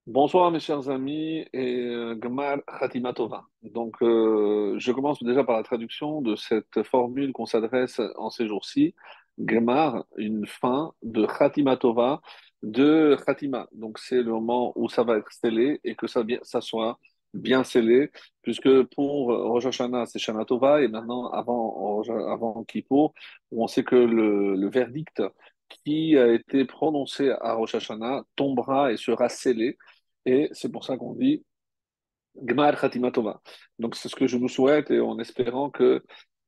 Bonsoir mes chers amis et Gmar Khatima Tova. Je commence déjà par la traduction de cette formule qu'on s'adresse en ces jours-ci. Gmar, une fin de Khatima Tova, de Khatima. Donc c'est le moment où ça va être scellé et que ça soit bien scellé, puisque pour Rosh Hashanah, c'est Shana Tova, et maintenant, avant Kippour, où on sait que le verdict qui a été prononcé à Rosh Hashanah tombera et sera scellé. Et c'est pour ça qu'on dit Gmar Khatima Tova. Donc c'est ce que je nous souhaite et en espérant que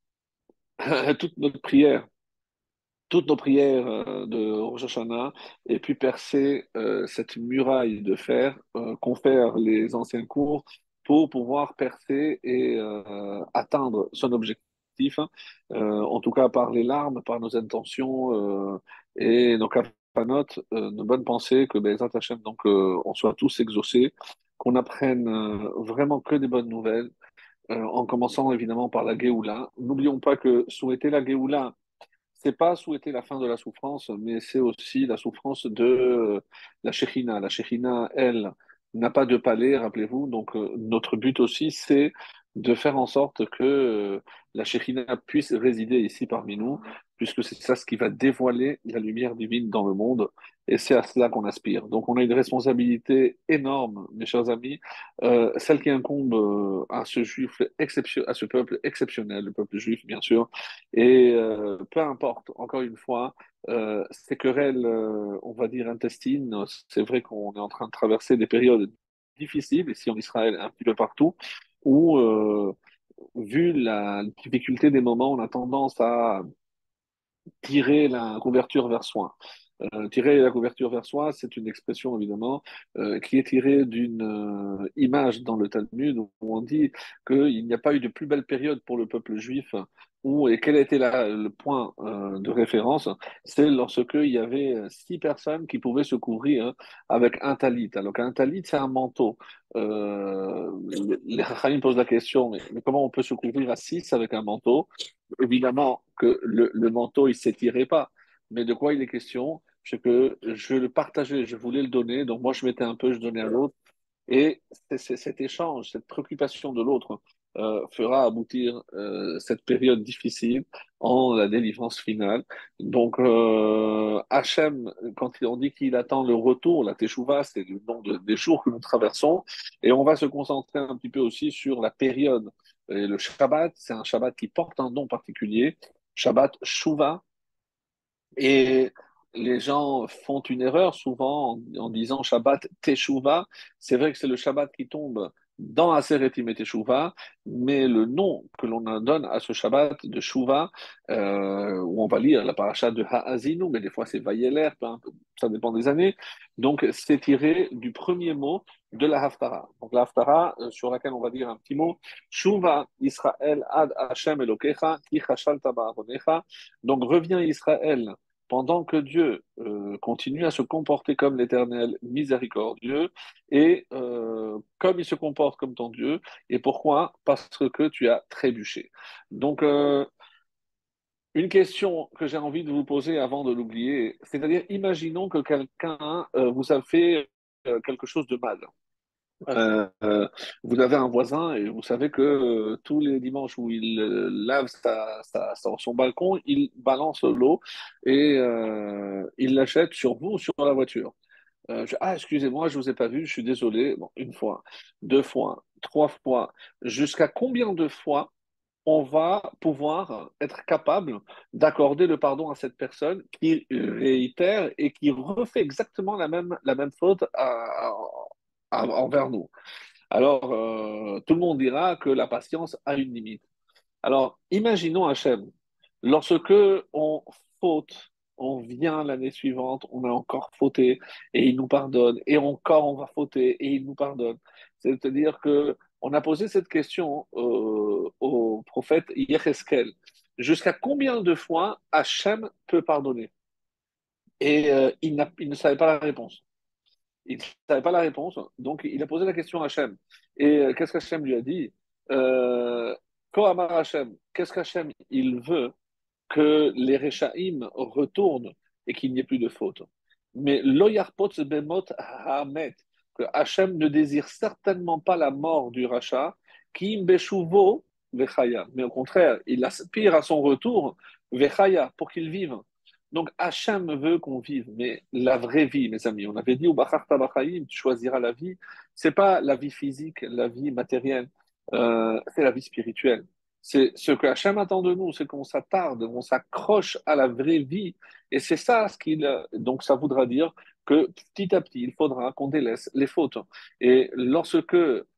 toute notre prière, toutes nos prières de Rosh Hashanah aient pu percer cette muraille de fer qu'ont fait les anciens cours pour pouvoir percer et atteindre son objectif, en tout cas par les larmes, par nos intentions et nos kafanotes, nos bonnes pensées, que Bezat Hashem, on soit tous exaucés, qu'on apprenne vraiment que des bonnes nouvelles, en commençant évidemment par la Géoula. N'oublions pas que souhaiter la Géoula, c'est pas souhaiter la fin de la souffrance, mais c'est aussi la souffrance de la Shekhinah. La Shekhinah, elle, n'a pas de palais, rappelez-vous. Notre but aussi, c'est de faire en sorte que la Shekhinah puisse résider ici parmi nous, puisque c'est ça ce qui va dévoiler la lumière divine dans le monde, et c'est à cela qu'on aspire. Donc, on a une responsabilité énorme, mes chers amis, celle qui incombe à ce à ce peuple exceptionnel, le peuple juif, bien sûr, et peu importe, encore une fois, ces querelles, on va dire, intestines, c'est vrai qu'on est en train de traverser des périodes difficiles, ici en Israël, un petit peu partout, où, vu la difficulté des moments, on a tendance à tirer la couverture vers soi. Tirer la couverture vers soi, c'est une expression évidemment qui est tirée d'une image dans le Talmud où on dit qu'il n'y a pas eu de plus belle période pour le peuple juif. Et quel était le point de référence? C'est lorsque il y avait six personnes qui pouvaient se couvrir avec un talit. Alors qu'un talit, c'est un manteau. Les Chachamim posent la question, mais comment on peut se couvrir à six avec un manteau? Évidemment que le manteau, il ne s'étirait pas. Mais de quoi il est question? C'est que je le partageais, je voulais le donner, donc moi je mettais un peu, je donnais à l'autre, et cet échange, cette préoccupation de l'autre fera aboutir cette période difficile en la délivrance finale. Hachem, quand on dit qu'il attend le retour, la Teshuvah, c'est le nom des jours que nous traversons, et on va se concentrer un petit peu aussi sur la période. Et le Shabbat, c'est un Shabbat qui porte un nom particulier, Shabbat Shuvah, et les gens font une erreur souvent en disant Shabbat Teshuvah. C'est vrai que c'est le Shabbat qui tombe dans Aseret Yom Teshuvah, mais le nom que l'on donne à ce Shabbat de Shuvah, où on va lire la paracha de Ha'azinu, mais des fois c'est Vayeler, ça dépend des années. Donc c'est tiré du premier mot de la Haftarah. Donc la Haftarah, sur laquelle on va dire un petit mot, Shuvah Israël ad Hashem Elokecha, ki chashalta ba'avonecha. Donc reviens Israël pendant que Dieu continue à se comporter comme l'Éternel miséricordieux et comme il se comporte comme ton Dieu. Et pourquoi? Parce que tu as trébuché. Donc, une question que j'ai envie de vous poser avant de l'oublier, c'est-à-dire, imaginons que quelqu'un vous a fait quelque chose de mal. Euh, euh, vous avez un voisin et vous savez que tous les dimanches où il lave son balcon, il balance l'eau et il l'achète sur vous, sur la voiture. Ah, excusez-moi, je vous ai pas vu, je suis désolé. Bon, une fois, deux fois, trois fois. Jusqu'à combien de fois on va pouvoir être capable d'accorder le pardon à cette personne qui réitère et qui refait exactement la même faute envers nous? Alors, tout le monde dira que la patience a une limite. Alors, imaginons Hachem, lorsque on faute, on vient l'année suivante, on a encore fauté et il nous pardonne, et encore on va fauter et il nous pardonne. C'est-à-dire que on a posé cette question au prophète Yecheskel. Jusqu'à combien de fois Hachem peut pardonner? Et il ne savait pas la réponse. Il ne savait pas la réponse, donc il a posé la question à Hachem. Et qu'est-ce qu'Hachem lui a dit? euh, Kohamar Hachem, qu'est-ce qu'Hachem il veut? Que les Réchaïm retournent et qu'il n'y ait plus de faute. Mais lo yarpot bemot hamet, que Hachem ne désire certainement pas la mort du rachat, qui beshuvo vechaya, mais au contraire, il aspire à son retour vechaya pour qu'il vive. Donc Hachem veut qu'on vive, mais la vraie vie, mes amis, on avait dit au Bacharta Bachayim, tu choisiras la vie, c'est pas la vie physique, la vie matérielle, c'est la vie spirituelle. C'est ce que Hachem attend de nous, c'est qu'on s'attarde, on s'accroche à la vraie vie. Et c'est ça ce qu'il. Donc ça voudra dire que petit à petit, il faudra qu'on délaisse les fautes. Et lorsque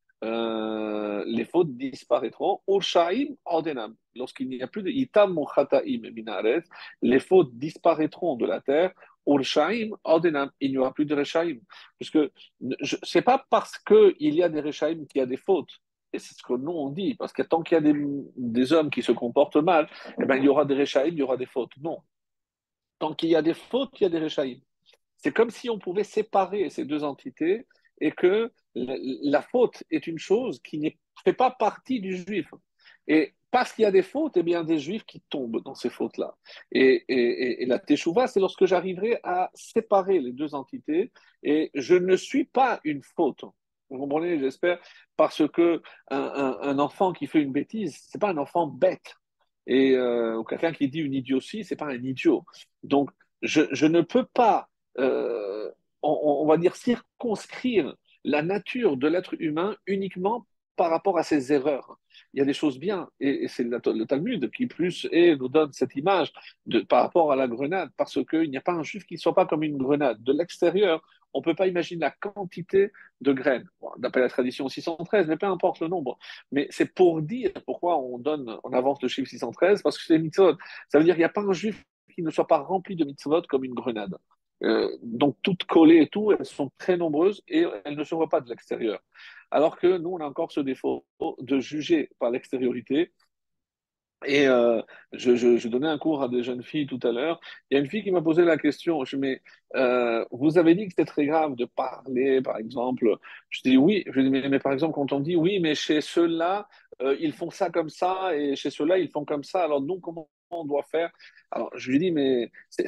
les fautes disparaîtront, Urshaim Ordenam, lorsqu'il n'y a plus de Itam Chataim Minaret, les fautes disparaîtront de la terre. Urshaim Ordenam, il n'y aura plus de Reshaim. Puisque c'est pas parce qu'il y a des Reshaim qu'il y a des fautes. Et c'est ce que nous on dit, parce que tant qu'il y a des hommes qui se comportent mal, eh ben, il y aura des Reshaim, il y aura des fautes. Non. Tant qu'il y a des fautes, il y a des Reshaim. C'est comme si on pouvait séparer ces deux entités et que la faute est une chose qui ne fait pas partie du juif. Et parce qu'il y a des fautes, eh bien, des juifs qui tombent dans ces fautes-là. Et la teshuva, c'est lorsque j'arriverai à séparer les deux entités et je ne suis pas une faute. Vous comprenez, j'espère, parce que un enfant qui fait une bêtise, c'est pas un enfant bête. Ou quelqu'un qui dit une idiotie, c'est pas un idiot. Donc, je ne peux pas on va dire, circonscrire la nature de l'être humain uniquement par rapport à ses erreurs. Il y a des choses bien, et c'est le Talmud qui plus nous donne cette image par rapport à la grenade, parce qu'il n'y a pas un juif qui ne soit pas comme une grenade. De l'extérieur, on ne peut pas imaginer la quantité de graines. Bon, d'après la tradition 613, mais peu importe le nombre. Mais c'est pour dire pourquoi on avance le chiffre 613, parce que c'est les mitzvot. Ça veut dire qu'il n'y a pas un juif qui ne soit pas rempli de mitzvot comme une grenade. Donc toutes collées et tout, elles sont très nombreuses et elles ne se voient pas de l'extérieur. Alors que nous, on a encore ce défaut de juger par l'extériorité. Et je donnais un cours à des jeunes filles tout à l'heure. Il y a une fille qui m'a posé la question, mais vous avez dit que c'était très grave de parler, par exemple. Je dis oui, je dis, mais par exemple, quand on dit oui, mais chez ceux-là, ils font ça comme ça, et chez ceux-là, ils font comme ça, alors nous, comment on doit faire? Alors, je lui dis, mais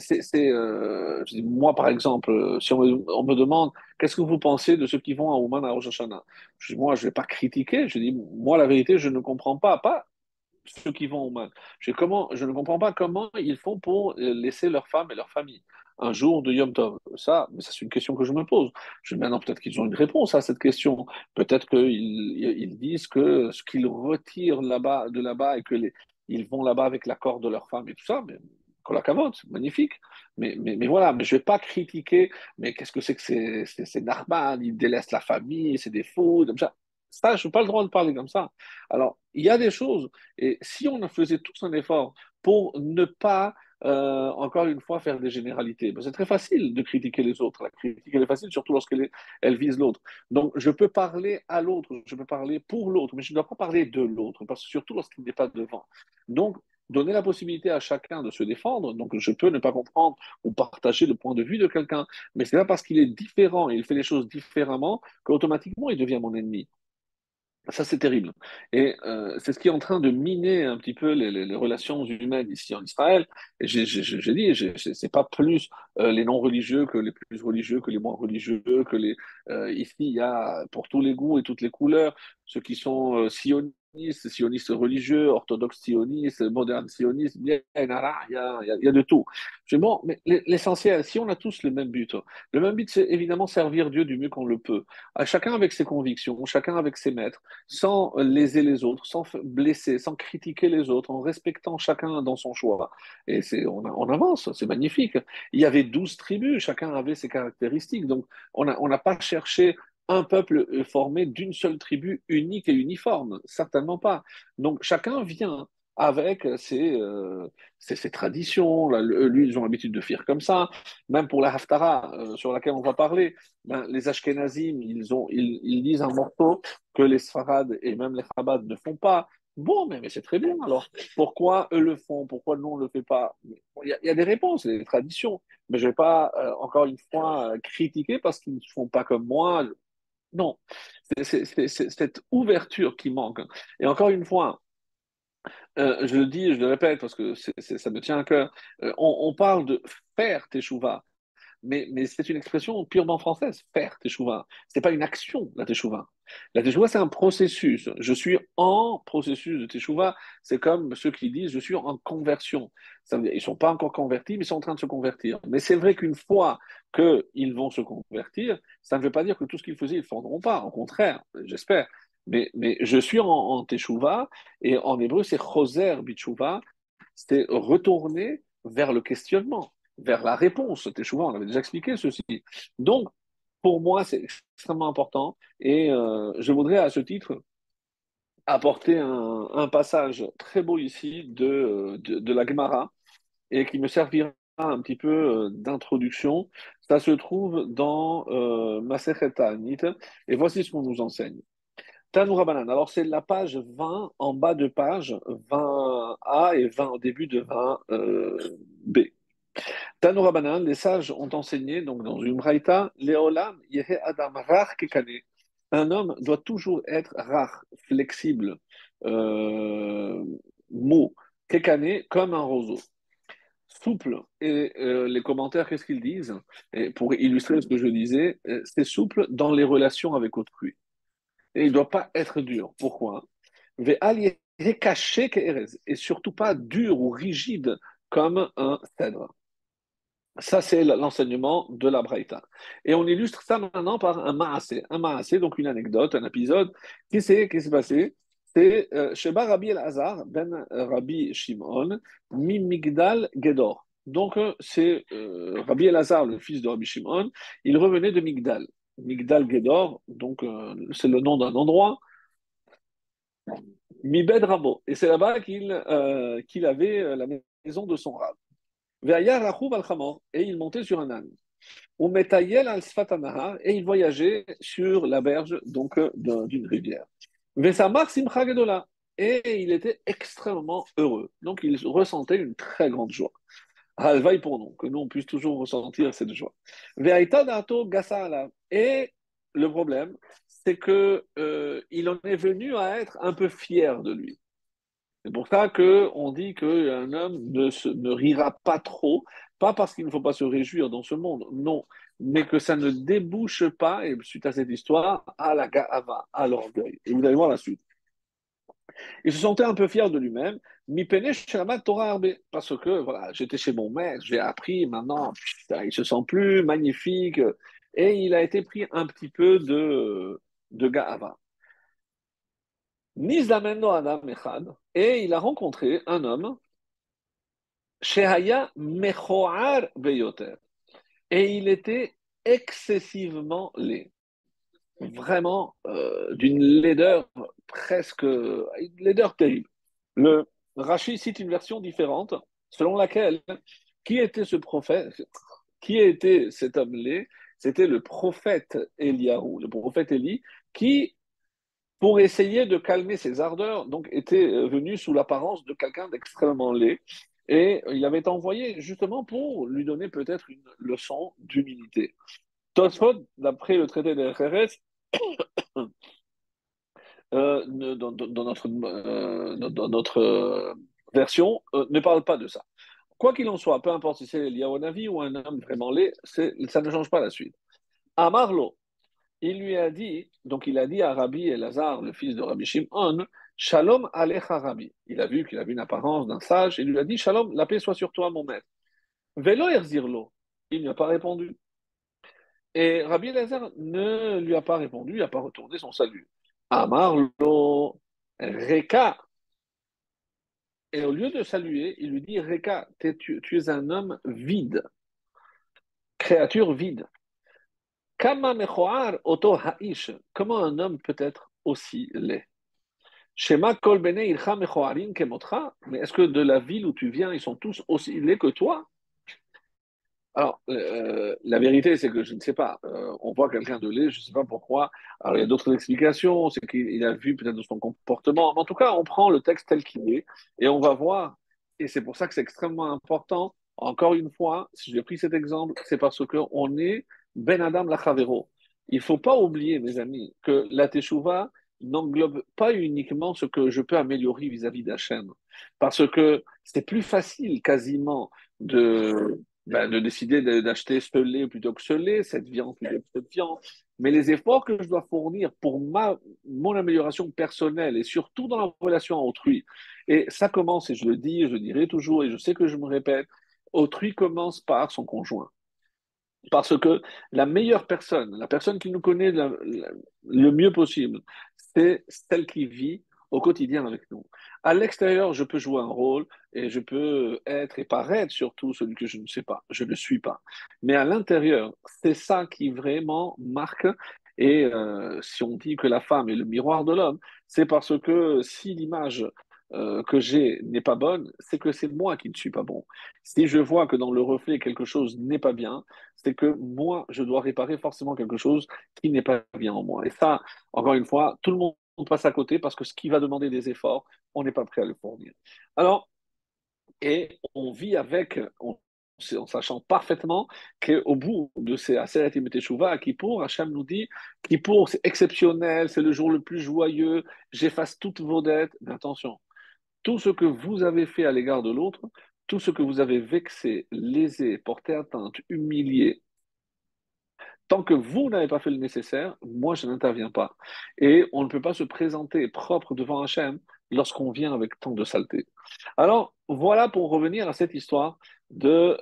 je dis, moi, par exemple, si on me demande, qu'est-ce que vous pensez de ceux qui vont à Ouman à Rosh Hashanah? Je dis, moi, je ne vais pas critiquer, je dis, moi, la vérité, je ne comprends pas ceux qui vont au mal. Je ne comprends pas comment ils font pour laisser leurs femmes et leur famille un jour de Yom Tov. Ça, c'est une question que je me pose. Maintenant, peut-être qu'ils ont une réponse à cette question. Peut-être qu'ils disent que ce qu'ils retirent là-bas, de là-bas et ils vont là-bas avec l'accord de leur femme et tout ça, mais la cavote, magnifique. Mais voilà, mais je ne vais pas critiquer, mais qu'est-ce que c'est que c'est Narman, ils délaissent la famille, c'est des fous, comme ça. Ça, je n'ai pas le droit de parler comme ça. Alors, il y a des choses, et si on faisait tous un effort pour ne pas, encore une fois, faire des généralités, ben, c'est très facile de critiquer les autres. La critique, elle est facile, surtout lorsqu'elle vise l'autre. Donc, je peux parler à l'autre, je peux parler pour l'autre, mais je ne dois pas parler de l'autre, parce que surtout lorsqu'il n'est pas devant. Donc, donner la possibilité à chacun de se défendre. Donc, je peux ne pas comprendre ou partager le point de vue de quelqu'un, mais c'est pas parce qu'il est différent et il fait les choses différemment qu'automatiquement il devient mon ennemi. Ça, c'est terrible. Et c'est ce qui est en train de miner un petit peu les relations humaines ici en Israël. Et j'ai dit, c'est pas plus les non-religieux que les plus religieux, que les moins religieux, que les. Ici, il y a pour tous les goûts et toutes les couleurs, ceux qui sont sionistes religieux, orthodoxes sionistes, modernes sionistes, bien, il y a de tout. Je dis, bon, mais l'essentiel, si on a tous le même but, c'est évidemment servir Dieu du mieux qu'on le peut. À chacun avec ses convictions, chacun avec ses maîtres sans léser les autres, sans blesser, sans critiquer les autres, en respectant chacun dans son choix. Et on avance, c'est magnifique. Il y avait 12 tribus, chacun avait ses caractéristiques. Donc, on n'a pas cherché un peuple formé d'une seule tribu unique et uniforme, certainement pas. Donc, chacun vient avec ses traditions. Là, lui, ils ont l'habitude de faire comme ça. Même pour la Haftara, sur laquelle on va parler, ben, les Ashkénazim, ils disent un morceau que les Sfarades et même les Chabad ne font pas. Bon, mais c'est très bien. Alors, pourquoi eux le font? Pourquoi nous, on ne le fait pas? Bon, il y a des réponses, des traditions. Mais je ne vais pas, encore une fois, critiquer parce qu'ils ne font pas comme moi. Non, c'est cette ouverture qui manque. Et encore une fois, je le dis, je le répète parce que ça me tient à cœur. On parle de faire teshuva, mais c'est une expression purement française, faire teshuva. Ce n'est pas une action, la teshuva. La teshuva, c'est un processus. Je suis en processus de teshuva. C'est comme ceux qui disent je suis en conversion. Ça veut dire, ils ne sont pas encore convertis, mais ils sont en train de se convertir. Mais c'est vrai qu'une fois qu'ils vont se convertir, ça ne veut pas dire que tout ce qu'ils faisaient, ils ne le feront pas. Au contraire, j'espère. Mais je suis en teshuva, et en hébreu, c'est choser bitshuva, c'est retourner vers le questionnement, vers la réponse. Teshuva, on avait déjà expliqué ceci. Donc, pour moi, c'est extrêmement important, et je voudrais à ce titre apporter un passage très beau ici de la Gemara, et qui me servira un petit peu d'introduction. Ça se trouve dans Masechet Ta'anit, et voici ce qu'on nous enseigne. Tanoura Banane. Alors, c'est la page 20, en bas de page 20A et 20 au début de 20B. Tanoura Banane, les sages ont enseigné, donc dans une braïta, Léolam Yehe Adam Rach Kekane. Un homme doit toujours être rare, flexible, euh, mou, Kekane, comme un roseau. Souple. Et les commentaires, qu'est-ce qu'ils disent? Et pour illustrer ce que je disais, c'est souple dans les relations avec autrui. Et il ne doit pas être dur. Pourquoi? Et surtout pas dur ou rigide comme un cèdre. Ça, c'est l'enseignement de la Braïta. Et on illustre ça maintenant par un maasé. Un maasé, donc une anecdote, un épisode. Qu'est-ce qui s'est passé? C'est Sheba Rabbi El-Hazar, ben Rabbi Shimon, mi Migdal Gedor. Donc, c'est Rabbi El-Hazar, le fils de Rabbi Shimon, il revenait de Migdal. Migdal Gedor, donc c'est le nom d'un endroit. Mibed Rabo. Et c'est là-bas qu'il avait la maison de son rab. Ve'ayar Rachub al-Chamor. Et il montait sur un âne. Ou Metayel al-Sfatanahar. Et il voyageait sur la berge donc d'une rivière. Ve'samar Simcha Gedola. Et il était extrêmement heureux. Donc il ressentait une très grande joie. Halvaï pour nous, que nous on puisse toujours ressentir cette joie. Ve'aita dato gasa alav. Et le problème, c'est que il en est venu à être un peu fier de lui. C'est pour ça qu'on dit qu'un homme ne rira pas trop, pas parce qu'il ne faut pas se réjouir dans ce monde, non, mais que ça ne débouche pas, et suite à cette histoire, à la ga'ava, à l'orgueil. Et vous allez voir la suite. Il se sentait un peu fier de lui-même, mi pene sheramat Torah arbe, parce que voilà, j'étais chez mon maître, j'ai appris, maintenant, putain, il se sent plus magnifique, et il a été pris un petit peu de ga'ava. Nizameno Adam Echad, et il a rencontré un homme, Shehaya Mechoar Beyoter, et il était excessivement laid, vraiment d'une laideur presque, une laideur terrible. Le Rashi cite une version différente, selon laquelle qui était ce prophète, qui était cet homme laid? C'était le prophète Eliaou, le prophète Élie, qui pour essayer de calmer ses ardeurs, donc était venu sous l'apparence de quelqu'un d'extrêmement laid. Et il avait été envoyé justement pour lui donner peut-être une leçon d'humilité. Tosfot, d'après le traité de Jerez, dans notre version, ne parle pas de ça. Quoi qu'il en soit, peu importe si c'est Eliyahu ou un homme vraiment laid, ça ne change pas la suite. Amarlo, il lui a dit, donc il a dit à Rabbi Elazar, le fils de Rabbi Shimon, Shalom alecha Rabbi. Il a vu qu'il avait une apparence d'un sage, il lui a dit, Shalom, la paix soit sur toi, mon maître. Velo erzirlo. Il n'y a pas répondu. Et Rabbi Elazar ne lui a pas répondu, il n'a pas retourné son salut. Amarlo, Reka. Et au lieu de saluer, il lui dit, Reka, tu es un homme vide, créature vide. Kama mechoar oto ha'ish. Comment un homme peut être aussi laid? Shema kol bene ilcha mechoarim kemotra. Mais est-ce que de la ville où tu viens, ils sont tous aussi laids que toi? Alors, la vérité, c'est que je ne sais pas. On voit quelqu'un de laid, je ne sais pas pourquoi. Alors, il y a d'autres explications. C'est qu'il a vu peut-être de son comportement. Mais en tout cas, on prend le texte tel qu'il est et on va voir. Et c'est pour ça que c'est extrêmement important. Encore une fois, si j'ai pris cet exemple, c'est parce qu'on est Ben Adam Lachavero. Il ne faut pas oublier, mes amis, que la Teshuvah n'englobe pas uniquement ce que je peux améliorer vis-à-vis d'Hachem. Parce que c'est plus facile quasiment de ben, de décider d'acheter ce lait plutôt que ce lait, cette viande plutôt que cette viande. Mais les efforts que je dois fournir pour mon amélioration personnelle et surtout dans la relation à autrui, et ça commence, et je le dis, et je le dirai toujours, et je sais que je me répète, autrui commence par son conjoint. Parce que la meilleure personne, la personne qui nous connaît le mieux possible, c'est celle qui vit au quotidien avec nous. À l'extérieur, je peux jouer un rôle et je peux être et paraître surtout celui que je ne sais pas, je ne suis pas. Mais à l'intérieur, c'est ça qui vraiment marque. Et si on dit que la femme est le miroir de l'homme, c'est parce que si l'image que j'ai n'est pas bonne, c'est que c'est moi qui ne suis pas bon. Si je vois que dans le reflet quelque chose n'est pas bien, c'est que moi, je dois réparer forcément quelque chose qui n'est pas bien en moi. Et ça, encore une fois, tout le monde passe à côté parce que ce qui va demander des efforts, on n'est pas prêt à le fournir. Alors, et on vit avec, en sachant parfaitement qu'au bout de ces Aseret Yom Teshuvah, à Kippour, Hachem nous dit, Kippour, c'est exceptionnel, c'est le jour le plus joyeux, j'efface toutes vos dettes. Mais attention, tout ce que vous avez fait à l'égard de l'autre, tout ce que vous avez vexé, lésé, porté atteinte, humilié, tant que vous n'avez pas fait le nécessaire, moi, je n'interviens pas. Et on ne peut pas se présenter propre devant Hachem lorsqu'on vient avec tant de saleté. Alors, voilà pour revenir à cette histoire de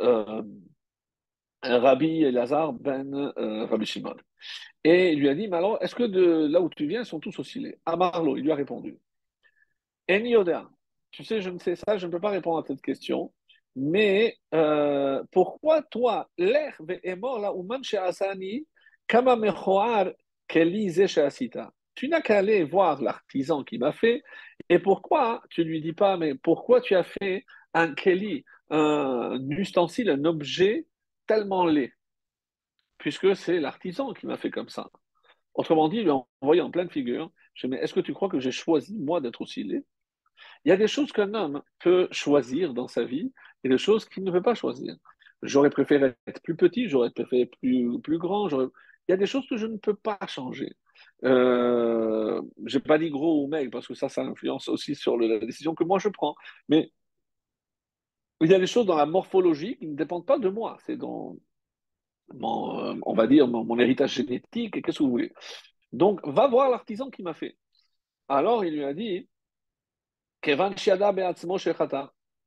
Rabbi Elazar ben Rabbi Shimon. Et il lui a dit, mais alors, est-ce que de là où tu viens, ils sont tous oscillés? Amarlo, il lui a répondu. En Yoda, tu sais, je ne sais ça, je ne peux pas répondre à cette question. Mais pourquoi toi, l'air est mort là, ou man Asani, kama mechoar keli she'asita. Tu n'as qu'à aller voir l'artisan qui m'a fait. Et pourquoi tu ne lui dis pas, mais pourquoi tu as fait un keli, un ustensile, un objet tellement laid? Puisque c'est l'artisan qui m'a fait comme ça. Autrement dit, il lui a envoyé en pleine figure. Je dis, mais est-ce que tu crois que j'ai choisi, moi, d'être aussi laid? Il y a des choses qu'un homme peut choisir dans sa vie et des choses qu'il ne peut pas choisir. J'aurais préféré être plus petit, j'aurais préféré plus grand. Il y a des choses que je ne peux pas changer. Je n'ai pas dit gros ou maigre parce que ça influence aussi sur la décision que moi je prends. Mais il y a des choses dans la morphologie qui ne dépendent pas de moi. C'est dans on va dire, mon héritage génétique et qu'est-ce que vous voulez. Donc, va voir l'artisan qui m'a fait. Alors, il lui a dit, Kevan Shiada Be'atzmo Shechata.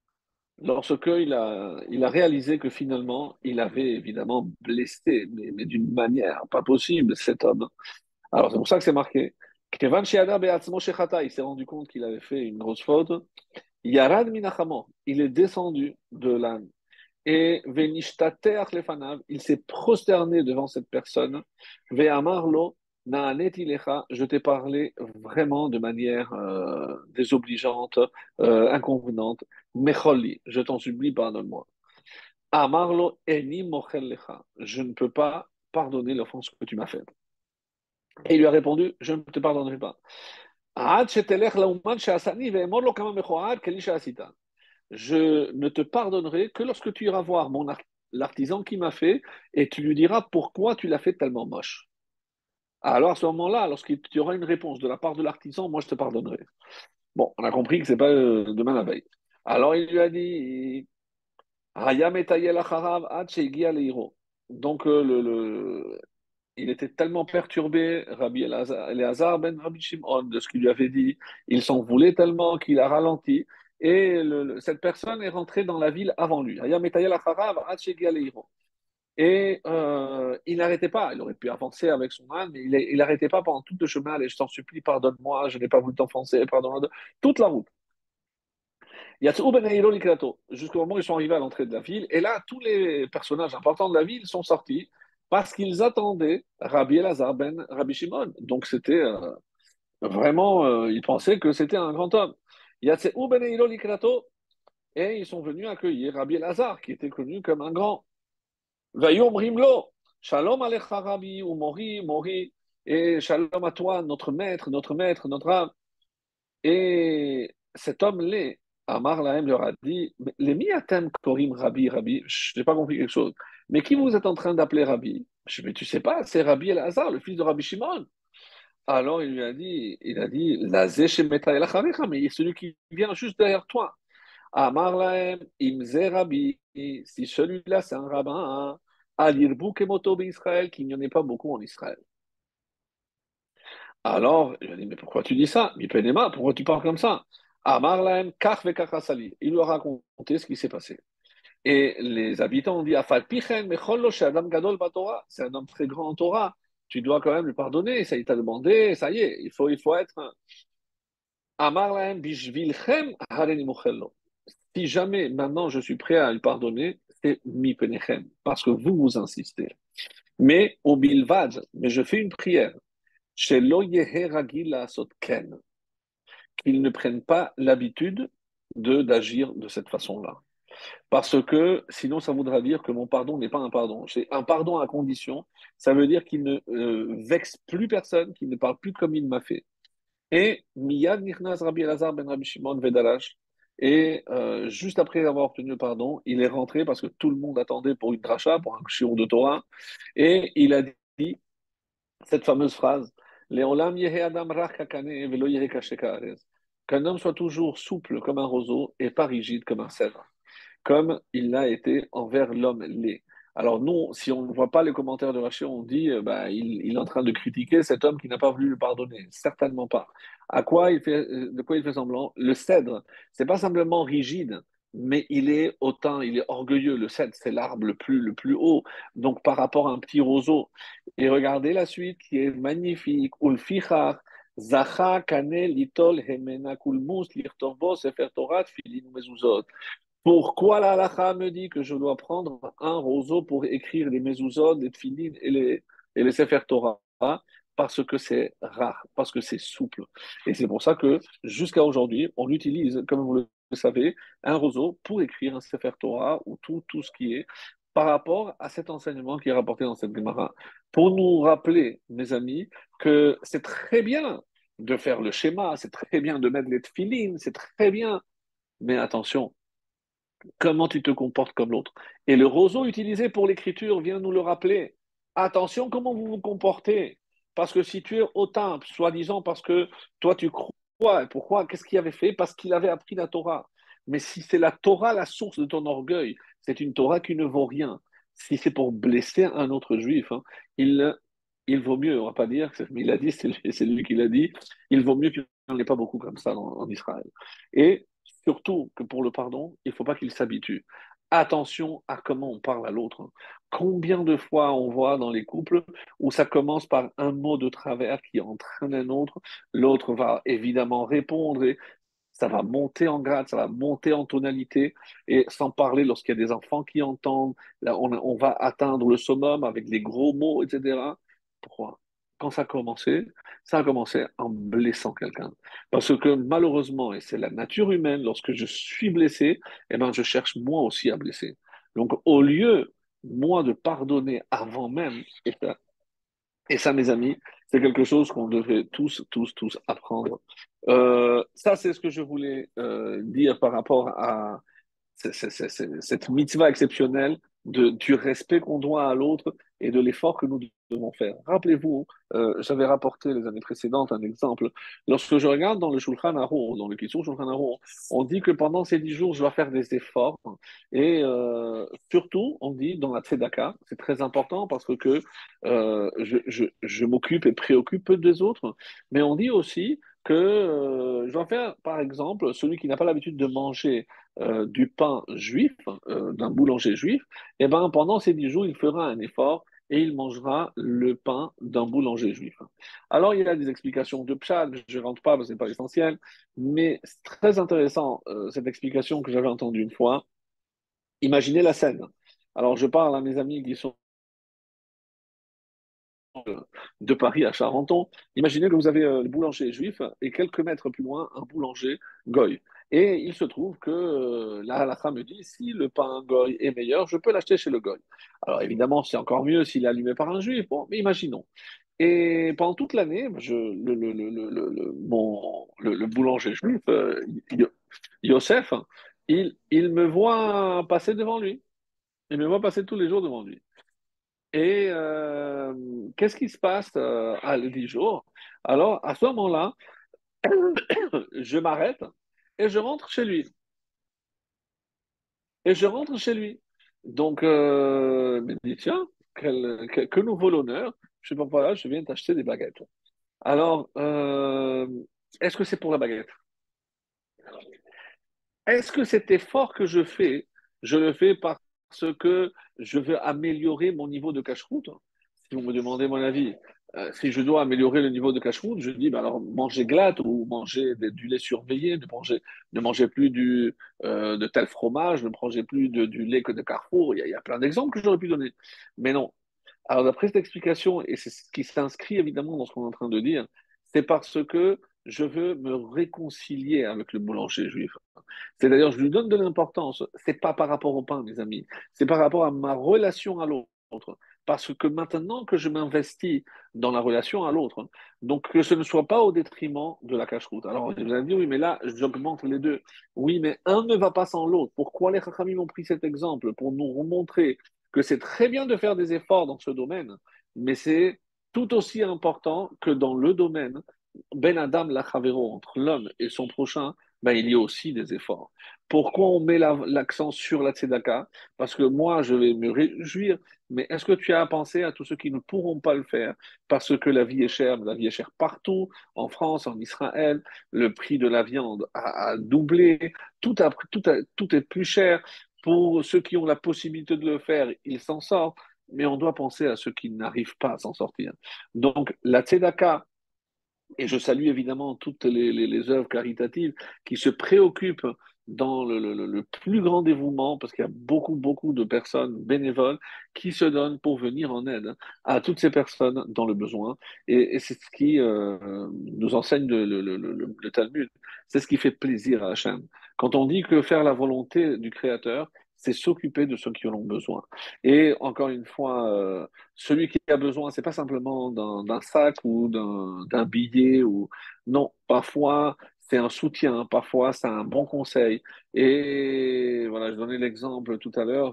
Lorsqu'il a réalisé que finalement, il avait évidemment blessé, mais d'une manière pas possible, cet homme. Alors, c'est pour ça que c'est marqué. Kevan she'ada be'atzmo shechata, il s'est rendu compte qu'il avait fait une grosse faute. Yarad minachamo, il est descendu de l'âne. Et venishtateach lefanav, il s'est prosterné devant cette personne. Ve'amarlo, na'aneti lecha, je t'ai parlé vraiment de manière désobligeante, inconvenante. Mecholi, je t'en supplie, pardonne-moi. Amarlo, eni mochel lecha, je ne peux pas pardonner l'offense que tu m'as faite. Et il lui a répondu, je ne te pardonnerai pas. Ad shetelech lauman she'asani ve'emor lo kama mechoad keli she'asita. Je ne te pardonnerai que lorsque tu iras voir l'artisan qui m'a fait et tu lui diras pourquoi tu l'as fait tellement moche. Alors à ce moment-là, lorsqu'il y aura une réponse de la part de l'artisan, moi je te pardonnerai. Bon, on a compris que c'est pas demain la veille. Alors il lui a dit, Hayam etayel acharav ad she'egia leiro. Donc il était tellement perturbé, Rabbi Elazar ben Rabbi Shimon, de ce qu'il lui avait dit. Il s'en voulait tellement qu'il a ralenti. Et cette personne est rentrée dans la ville avant lui. Et il n'arrêtait pas. Il aurait pu avancer avec son âne, mais il n'arrêtait pas pendant tout le chemin. Allez, je t'en supplie, pardonne-moi, je n'ai pas voulu t'enfoncer, pardonne-moi. Toute la route. Yatsou ben Eilo Likrato, jusqu'au moment où ils sont arrivés à l'entrée de la ville. Et là, tous les personnages importants de la ville sont sortis parce qu'ils attendaient Rabbi Elazar ben Rabbi Shimon. Donc c'était vraiment, ils pensaient que c'était un grand homme. Yatsou ben Eilo Likrato, et ils sont venus accueillir Rabbi Elazar, qui était connu comme un grand. Vayom Rimlo, Shalom Alecha Rabbi, ou Mori, Mori, et Shalom à toi, notre maître, notre maître, notre âme. Et cet homme-là, Amar Lahem leur a dit, les miatem korim Rabbi, Rabbi, je n'ai pas compris quelque chose. Mais qui vous êtes en train d'appeler Rabbi? Je dis, mais tu sais pas, c'est Rabbi Elazar, le fils de Rabbi Shimon. Alors il a dit, Lazé Shemeta El Acharecha, mais il est celui qui vient juste derrière toi. Amar lahem, imze rabbi, si celui-là c'est un rabbin, hein, al yirbu kemoto Israël, qu'il n'y en ait pas beaucoup en Israël. Alors, il a dit, mais pourquoi tu dis ça? Mipenema, pourquoi tu parles comme ça? Amar lahem, kach vekach asali. Il leur a raconté ce qui s'est passé. Et les habitants ont dit, Afal pichen, mechol lo she'adam gadol baTorah. C'est un homme très grand en Torah. Tu dois quand même lui pardonner. Ça, il t'a demandé, ça y est, il faut être. Amar lahem, bishvilchem, hareni mochello. Si jamais maintenant je suis prêt à lui pardonner, c'est mi penechem, parce que vous insistez. Mais au bilvad, mais je fais une prière. Chez lo yehe ragil la'asot ken, qu'ils ne prennent pas l'habitude de d'agir de cette façon-là. Parce que sinon, ça voudra dire que mon pardon n'est pas un pardon. C'est un pardon à condition. Ça veut dire qu'il ne vexe plus personne, qu'il ne parle plus comme il m'a fait. Et Miyad Nichnas Rabbi Elazar ben Rabbi Shimon Vedalash. Et juste après avoir obtenu le pardon, il est rentré parce que tout le monde attendait pour une dracha, pour un shiur de Torah. Et il a dit cette fameuse phrase, Leolam yehe adam rach kakane velo yehe kashe ka'arez. Qu'un homme soit toujours souple comme un roseau et pas rigide comme un cèdre, comme il l'a été envers l'homme laid. Alors nous, si on ne voit pas les commentaires de Rachid, on dit bah, il est en train de critiquer cet homme qui n'a pas voulu le pardonner. Certainement pas. De quoi il fait semblant? Le cèdre, c'est pas simplement rigide, mais il est orgueilleux. Le cèdre, c'est l'arbre le plus haut. Donc par rapport à un petit roseau. Et regardez la suite qui est magnifique. Ulfichar, Zacha, Kane, Litol, Hemena, Kulmus, Lirtorbo, Sefer Torah, Filin, Mezuzot. Pourquoi la halakha me dit que je dois prendre un roseau pour écrire les mezuzot, les tfilin et les sefer Torah? Parce que c'est rare, parce que c'est souple. Et c'est pour ça que jusqu'à aujourd'hui, on utilise, comme vous le savez, un roseau pour écrire un sefer Torah ou tout ce qui est par rapport à cet enseignement qui est rapporté dans cette Gemara. Pour nous rappeler, mes amis, que c'est très bien de faire le schéma, c'est très bien de mettre les tfilin, c'est très bien, mais attention, comment tu te comportes comme l'autre. Et le roseau utilisé pour l'écriture vient nous le rappeler. Attention comment vous vous comportez. Parce que si tu es hautain, soi-disant parce que toi tu crois, et pourquoi? Qu'est-ce qu'il avait fait? Parce qu'il avait appris la Torah. Mais si c'est la Torah la source de ton orgueil, c'est une Torah qui ne vaut rien. Si c'est pour blesser un autre juif, hein, il, il vaut mieux, on va pas dire, mais il a dit, c'est lui qui l'a dit, il vaut mieux qu'il n'y en ait pas beaucoup comme ça en Israël. Et surtout que pour le pardon, il ne faut pas qu'il s'habitue. Attention à comment on parle à l'autre. Combien de fois on voit dans les couples où ça commence par un mot de travers qui entraîne un autre, l'autre va évidemment répondre et ça va monter en grade, ça va monter en tonalité, et sans parler lorsqu'il y a des enfants qui entendent, là, on va atteindre le summum avec les gros mots, etc. Pourquoi? Quand ça a commencé en blessant quelqu'un. Parce que malheureusement, et c'est la nature humaine, lorsque je suis blessé, eh ben, je cherche moi aussi à blesser. Donc au lieu, moi, de pardonner avant même, et ça, mes amis, c'est quelque chose qu'on devrait tous apprendre. Ça, c'est ce que je voulais dire par rapport à cette mitzvah exceptionnelle du respect qu'on doit à l'autre et de l'effort que nous devons faire. Rappelez-vous, j'avais rapporté les années précédentes un exemple. Lorsque je regarde dans le Shulchan Aruch, dans le Kitzur Shulchan Aruch, on dit que pendant ces 10 jours, je dois faire des efforts. Et surtout, on dit dans la Tzedaka, c'est très important parce que je m'occupe et préoccupe peu des autres, mais on dit aussi que je dois faire, par exemple, celui qui n'a pas l'habitude de manger du pain juif, d'un boulanger juif, et ben, pendant ces 10 jours, il fera un effort et il mangera le pain d'un boulanger juif. Alors, il y a des explications de Pshal, je ne rentre pas parce que ce n'est pas essentiel, mais c'est très intéressant, cette explication que j'avais entendue une fois. Imaginez la scène. Alors, je parle à mes amis qui sont de Paris à Charenton. Imaginez que vous avez le boulanger juif et quelques mètres plus loin, un boulanger goy. Et il se trouve que la halakha me dit, si le pain goy est meilleur, je peux l'acheter chez le goy. Alors évidemment, c'est encore mieux s'il est allumé par un juif. Bon, mais imaginons. Et pendant toute l'année, le boulanger juif, Yosef, il me voit passer devant lui. Il me voit passer tous les jours devant lui. Et qu'est-ce qui se passe à les 10 jours? Alors, à ce moment-là, je m'arrête et je rentre chez lui. et je rentre chez lui. Donc, il me dit, tiens, que nous vaut l'honneur. Je sais pas, voilà, je viens t'acheter des baguettes. Alors, est-ce que c'est pour la baguette? Est-ce que cet effort que je le fais parce que je veux améliorer mon niveau de cache-route? Si vous me demandez mon avis, si je dois améliorer le niveau de cache-route, je dis, bah alors mangez glatte ou mangez du lait surveillé, ne mangez plus de tel fromage, ne mangez plus du lait que de Carrefour. Il y a plein d'exemples que j'aurais pu donner. Mais non. Alors, d'après cette explication, et c'est ce qui s'inscrit évidemment dans ce qu'on est en train de dire, c'est parce que je veux me réconcilier avec le boulanger juif. C'est d'ailleurs, je lui donne de l'importance. C'est pas par rapport au pain, mes amis. C'est par rapport à ma relation à l'autre. Parce que maintenant que je m'investis dans la relation à l'autre, donc que ce ne soit pas au détriment de la cache-route. Alors, vous allez me dire, oui, mais là, j'augmente les deux. Oui, mais un ne va pas sans l'autre. Pourquoi les Chachamim ont pris cet exemple? Pour nous remontrer que c'est très bien de faire des efforts dans ce domaine, mais c'est tout aussi important que dans le domaine Ben Adam Lachavero, entre l'homme et son prochain, ben, il y a aussi des efforts. Pourquoi on met l'accent sur la tzedaka? Parce que moi, je vais me réjouir, mais est-ce que tu as pensé à tous ceux qui ne pourront pas le faire parce que la vie est chère partout, en France, en Israël, le prix de la viande a doublé, tout est plus cher. Pour ceux qui ont la possibilité de le faire, ils s'en sortent, mais on doit penser à ceux qui n'arrivent pas à s'en sortir. Donc, la tzedaka, et je salue évidemment toutes les œuvres caritatives qui se préoccupent dans le plus grand dévouement, parce qu'il y a beaucoup de personnes bénévoles qui se donnent pour venir en aide à toutes ces personnes dans le besoin. Et c'est ce qui nous enseigne le Talmud. C'est ce qui fait plaisir à Hachem. Quand on dit que faire la volonté du Créateur, c'est s'occuper de ceux qui en ont besoin. Et encore une fois, celui qui a besoin, c'est pas simplement d'un sac ou d'un billet ou non. Parfois, c'est un soutien. Parfois, c'est un bon conseil. Et voilà, je donnais l'exemple tout à l'heure.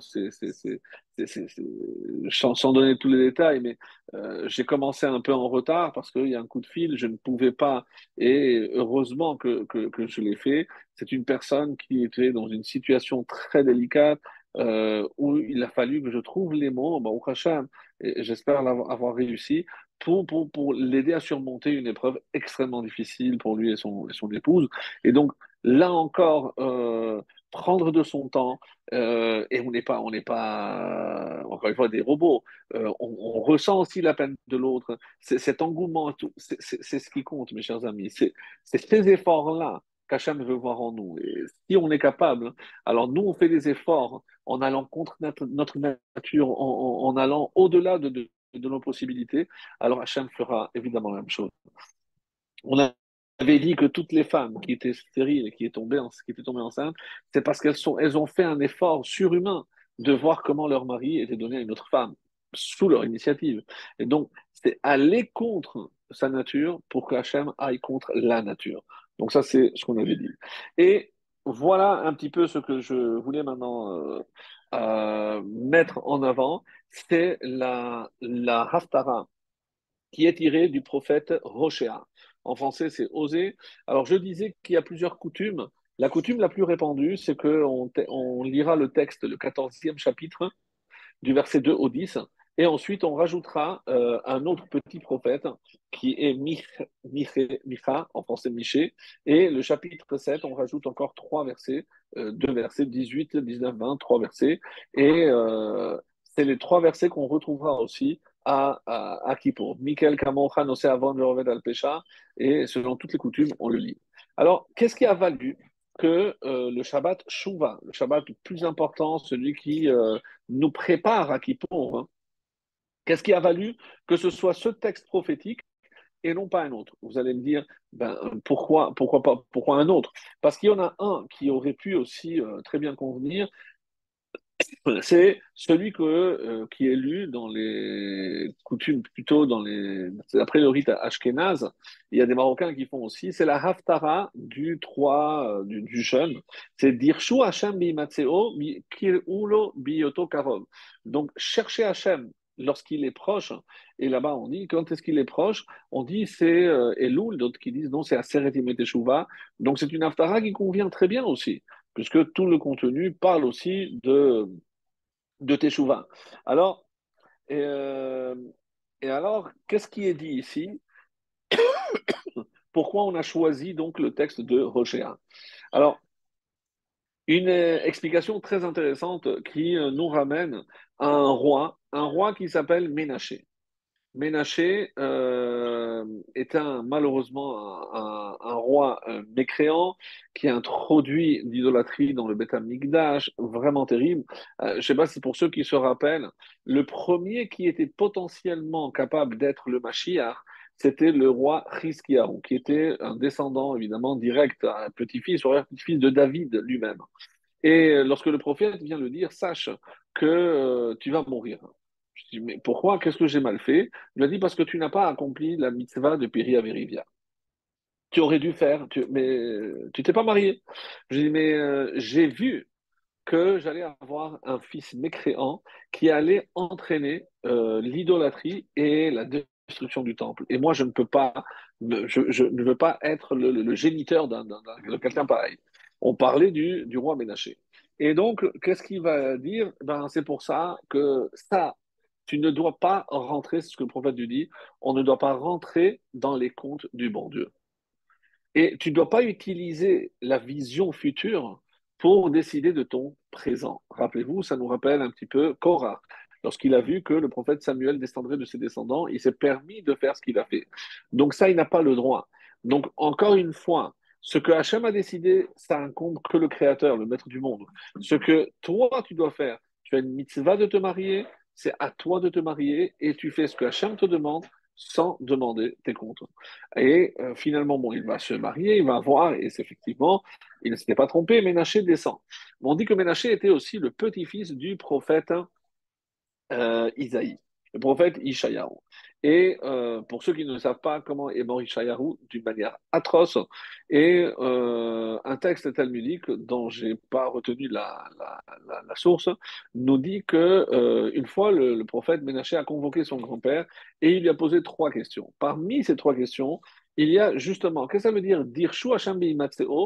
Sans donner tous les détails, mais j'ai commencé un peu en retard parce qu'il y a un coup de fil, je ne pouvais pas. Et heureusement que je l'ai fait. C'est une personne qui était dans une situation très délicate où il a fallu que je trouve les mots. Bah, au Hachem, et j'espère avoir réussi pour l'aider à surmonter une épreuve extrêmement difficile pour lui et son épouse. Et donc, là encore, prendre de son temps, et on n'est pas, encore une fois, des robots. On ressent aussi la peine de l'autre. Cet engouement, c'est ce qui compte, mes chers amis. C'est ces efforts-là qu'Hachem veut voir en nous. Et si on est capable, alors nous, on fait des efforts en allant contre notre nature, en allant au-delà de nos possibilités, alors Hachem fera évidemment la même chose. On avait dit que toutes les femmes qui étaient stériles et qui étaient tombées enceintes, c'est parce elles ont fait un effort surhumain de voir comment leur mari était donné à une autre femme, sous leur initiative. Et donc, c'est aller contre sa nature pour que Hachem aille contre la nature. Donc ça, c'est ce qu'on avait dit. Et voilà un petit peu ce que je voulais maintenant mettre en avant, c'est la Haftara qui est tiré du prophète Hoshéa. En français, c'est Osée. Alors, je disais qu'il y a plusieurs coutumes. La coutume la plus répandue, c'est qu'on lira le texte, le 14e chapitre, du verset 2 au 10, et ensuite on rajoutera un autre petit prophète qui est Micha, en français Miché, et le chapitre 7, on rajoute encore trois versets, deux versets 18, 19, 20, trois versets, et c'est les trois versets qu'on retrouvera aussi à Kippour. Michael Kamocha, Nosé Avon, Veroved al Pesha, et selon toutes les coutumes, on le lit. Alors, qu'est-ce qui a valu que le Shabbat Shuvah, le Shabbat le plus important, celui qui nous prépare à Kippour, hein. Qu'est-ce qui a valu que ce soit ce texte prophétique et non pas un autre? Vous allez me dire, ben, pourquoi un autre? Parce qu'il y en a un qui aurait pu aussi très bien convenir, c'est celui qui est lu dans les coutumes, plutôt c'est après le rite ashkénaze. Il y a des Marocains qui font aussi. C'est la Haftara du jeûne. C'est Dirshu Hashem bimatseo kirulo biyoto karov. Donc, chercher Hashem lorsqu'il est proche. Et là-bas, on dit, quand est-ce qu'il est proche? On dit c'est Elul, d'autres qui disent non, c'est Aseret Yemei Teshuvah. Donc, c'est une Haftara qui convient très bien aussi. puisque tout le contenu parle aussi de Teshuvah. Alors, et, euh, et alors, qu'est-ce qui est dit ici? Pourquoi on a choisi donc le texte de Roshea? Alors, une explication très intéressante qui nous ramène à un roi qui s'appelle Ménaché. Ménaché est malheureusement un roi mécréant qui a introduit l'idolâtrie dans le Beth Amikdash, vraiment terrible. Je ne sais pas si pour ceux qui se rappellent, le premier qui était potentiellement capable d'être le Mashiach, c'était le roi Hiskiyahu, qui était un descendant évidemment direct, un petit-fils, ou un petit-fils de David lui-même. Et lorsque le prophète vient le dire, sache que tu vas mourir. Je dis, mais pourquoi? Qu'est-ce que j'ai mal fait? Il m'a dit, parce que tu n'as pas accompli la mitzvah de Piri Averivia. Tu aurais dû faire, mais tu t'es pas marié. Je dis, mais j'ai vu que j'allais avoir un fils mécréant qui allait entraîner l'idolâtrie et la destruction du temple. Et moi, je ne peux pas, je ne veux pas être le géniteur de quelqu'un pareil. On parlait du roi Ménaché. Et donc, qu'est-ce qu'il va dire? Ben, c'est pour ça que ça, tu ne dois pas rentrer, c'est ce que le prophète lui dit, on ne doit pas rentrer dans les comptes du bon Dieu. Et tu ne dois pas utiliser la vision future pour décider de ton présent. Rappelez-vous, ça nous rappelle un petit peu Korah. Lorsqu'il a vu que le prophète Samuel descendrait de ses descendants, il s'est permis de faire ce qu'il a fait. Donc ça, il n'a pas le droit. Donc encore une fois, ce que Hachem a décidé, ça incombe que le Créateur, le Maître du monde. Ce que toi, tu dois faire, tu as une mitzvah de te marier, c'est à toi de te marier et tu fais ce que Hachem te demande sans demander tes comptes. Et finalement, bon, il va se marier, il va avoir, et c'est effectivement, il ne s'était pas trompé, Ménaché descend. Mais on dit que Ménaché était aussi le petit-fils du prophète Isaïe, le prophète Ishayahu. Et pour ceux qui ne savent pas comment est mort Ishayahu, d'une manière atroce, et un texte talmudique dont je n'ai pas retenu la source, nous dit que une fois le prophète Ménaché a convoqué son grand-père et il lui a posé trois questions. Parmi ces trois questions, il y a justement, qu'est-ce que ça veut dire Dirshu Hashem bimatseo,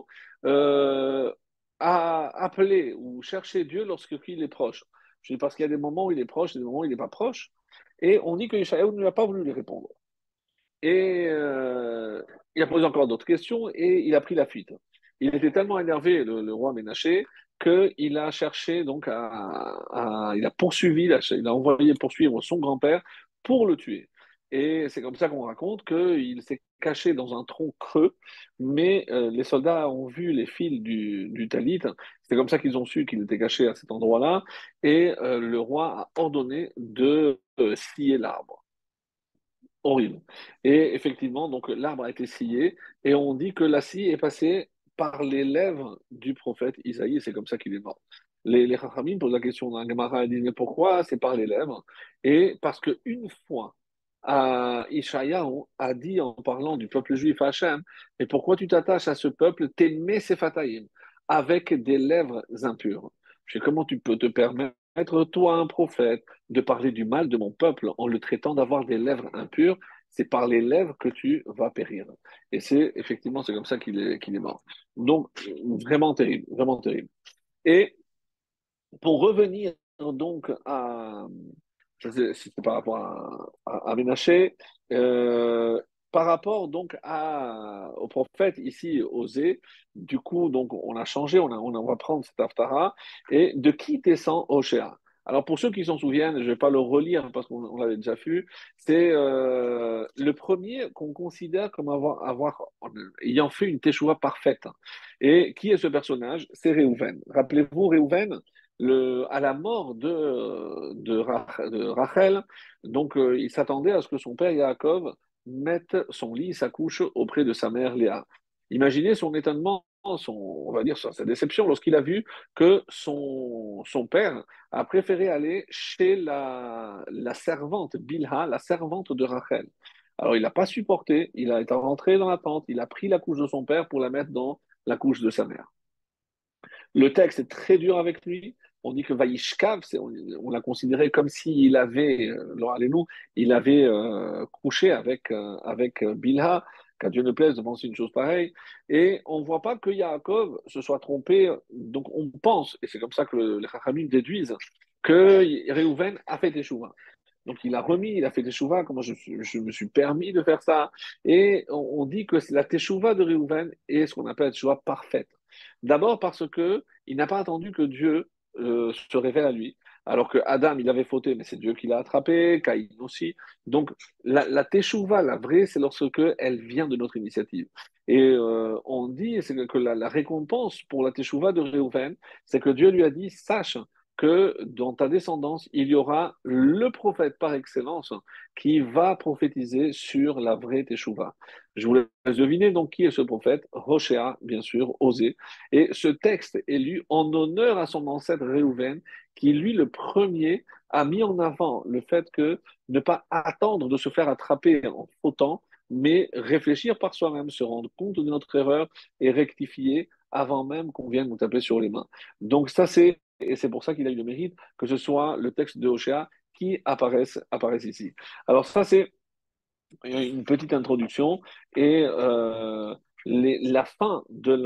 à appeler ou chercher Dieu lorsqu'il est proche. Je dis parce qu'il y a des moments où il est proche et des moments où il n'est pas proche. Et on dit que Ishaël ne lui a pas voulu lui répondre. Et il a posé encore d'autres questions et il a pris la fuite. Il était tellement énervé, le roi Ménaché, qu'il a cherché, donc, il a poursuivi, il a envoyé poursuivre son grand-père pour le tuer. Et c'est comme ça qu'on raconte qu'il s'est caché dans un tronc creux, mais les soldats ont vu les fils du talit. C'est comme ça qu'ils ont su qu'il était caché à cet endroit-là. Et le roi a ordonné de scier l'arbre. Horrible. Et effectivement, donc l'arbre a été scié et on dit que la scie est passée par les lèvres du prophète Isaïe et c'est comme ça qu'il est mort. Les Chachamim posent la question dans la Gemara et disent mais pourquoi c'est par les lèvres? Et parce qu'une fois, Ishaïahu a dit en parlant du peuple juif à Hachem, mais pourquoi tu t'attaches à ce peuple, t'aimer Sephatayim, avec des lèvres impures? Je sais comment tu peux te permettre, toi, un prophète, de parler du mal de mon peuple en le traitant d'avoir des lèvres impures, c'est par les lèvres que tu vas périr. Et c'est effectivement, c'est comme ça qu'il est mort. Donc, vraiment terrible, vraiment terrible. Et pour revenir donc c'était par rapport à Ménaché, euh, par rapport donc au prophète ici, Osée, du coup, donc on a changé, on va prendre cet Haftara, et de qui descend Oshéa? Alors pour ceux qui s'en souviennent, je ne vais pas le relire parce qu'on l'avait déjà vu, c'est le premier qu'on considère comme ayant fait une teshuva parfaite. Et qui est ce personnage? C'est Réhouven. Rappelez-vous, Réhouven, à la mort de Rachel, donc il s'attendait à ce que son père Yaakov mette son lit, sa couche auprès de sa mère Léa. Imaginez son étonnement, on va dire sa déception lorsqu'il a vu que son père a préféré aller chez la servante Bilha, la servante de Rachel. Alors il n'a pas supporté, il a été rentré dans la tente, il a pris la couche de son père pour la mettre dans la couche de sa mère. Le texte est très dur avec lui. On dit que Vaishkav, on l'a considéré comme s'il avait, il avait couché avec Bilha. qu'à Dieu ne plaise de penser une chose pareille. Et on ne voit pas que Yaakov se soit trompé. Donc on pense, et c'est comme ça que les Chachamim déduisent, que Réhouven a fait Teshuvah. Donc il a remis, il a fait Teshuvah, comment je me suis permis de faire ça. Et on dit que la Teshuvah de Réhouven est ce qu'on appelle la Teshuvah parfaite. D'abord parce que il n'a pas attendu que Dieu se révèle à lui. Alors que Adam, il avait fauté, mais c'est Dieu qui l'a attrapé, Caïn aussi. Donc la Teshuvah, la vraie, c'est lorsque elle vient de notre initiative. Et on dit c'est que la récompense pour la Teshuvah de Réhouven, c'est que Dieu lui a dit, sache que dans ta descendance, il y aura le prophète par excellence qui va prophétiser sur la vraie Teshuvah. Je vous laisse deviner donc qui est ce prophète, Hoshea, bien sûr, Osée. Et ce texte est lu en honneur à son ancêtre Réhouven, qui lui, le premier, a mis en avant le fait que ne pas attendre de se faire attraper en fautant, mais réfléchir par soi-même, se rendre compte de notre erreur et rectifier avant même qu'on vienne nous taper sur les mains. Donc ça, et c'est pour ça qu'il a eu le mérite que ce soit le texte de Hoshea qui apparaisse ici. Alors ça, c'est une petite introduction et la fin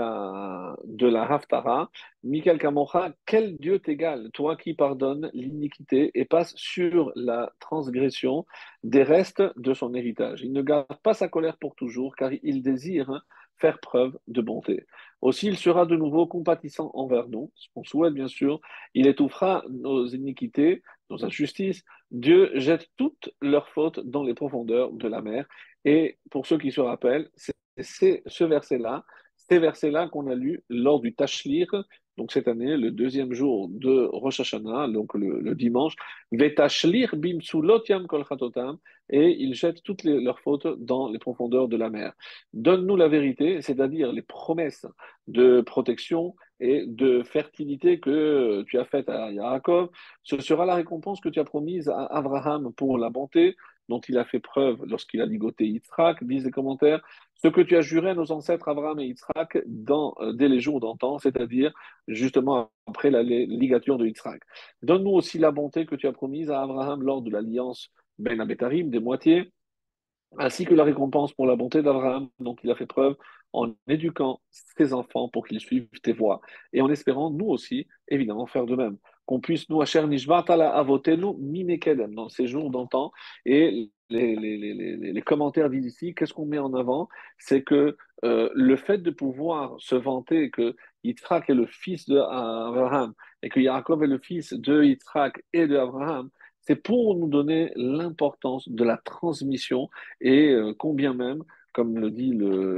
de la Haftara. Michael Kamocha, quel Dieu t'égale, toi qui pardonnes l'iniquité et passe sur la transgression des restes de son héritage. Il ne garde pas sa colère pour toujours, car il désire faire preuve de bonté. Aussi, il sera de nouveau compatissant envers nous, ce qu'on souhaite bien sûr. Il étouffera nos iniquités, nos injustices. Dieu jette toutes leurs fautes dans les profondeurs de la mer. Et pour ceux qui se rappellent, c'est ce verset-là, ces versets-là qu'on a lus lors du Tashlir, donc cette année, le deuxième jour de Rosh Hashanah, donc le dimanche, Vetashlir bimsulot yam kol chatotam, et ils jettent toutes leurs fautes dans les profondeurs de la mer. Donne-nous la vérité, c'est-à-dire les promesses de protection et de fertilité que tu as faites à Yaakov. Ce sera la récompense que tu as promise à Abraham pour la bonté dont il a fait preuve lorsqu'il a ligoté Yitzhak, disent les commentaires, ce que tu as juré à nos ancêtres Abraham et Yitzhak dès les jours d'antan, c'est-à-dire justement après la ligature de Yitzhak. Donne-nous aussi la bonté que tu as promise à Abraham lors de l'alliance Ben Abetarim, des moitiés, ainsi que la récompense pour la bonté d'Abraham dont il a fait preuve en éduquant ses enfants pour qu'ils suivent tes voies, et en espérant, nous aussi, évidemment, faire de même. Qu'on puisse, nous, Asher Nishvat ala avotenu mimekedem, dans ces jours d'antan, et les commentaires d'ici, qu'est-ce qu'on met en avant? C'est que le fait de pouvoir se vanter que Yitzhak est le fils d'Abraham, et que Yaakov est le fils de Yitzhak et d'Abraham, c'est pour nous donner l'importance de la transmission et combien même, comme le dit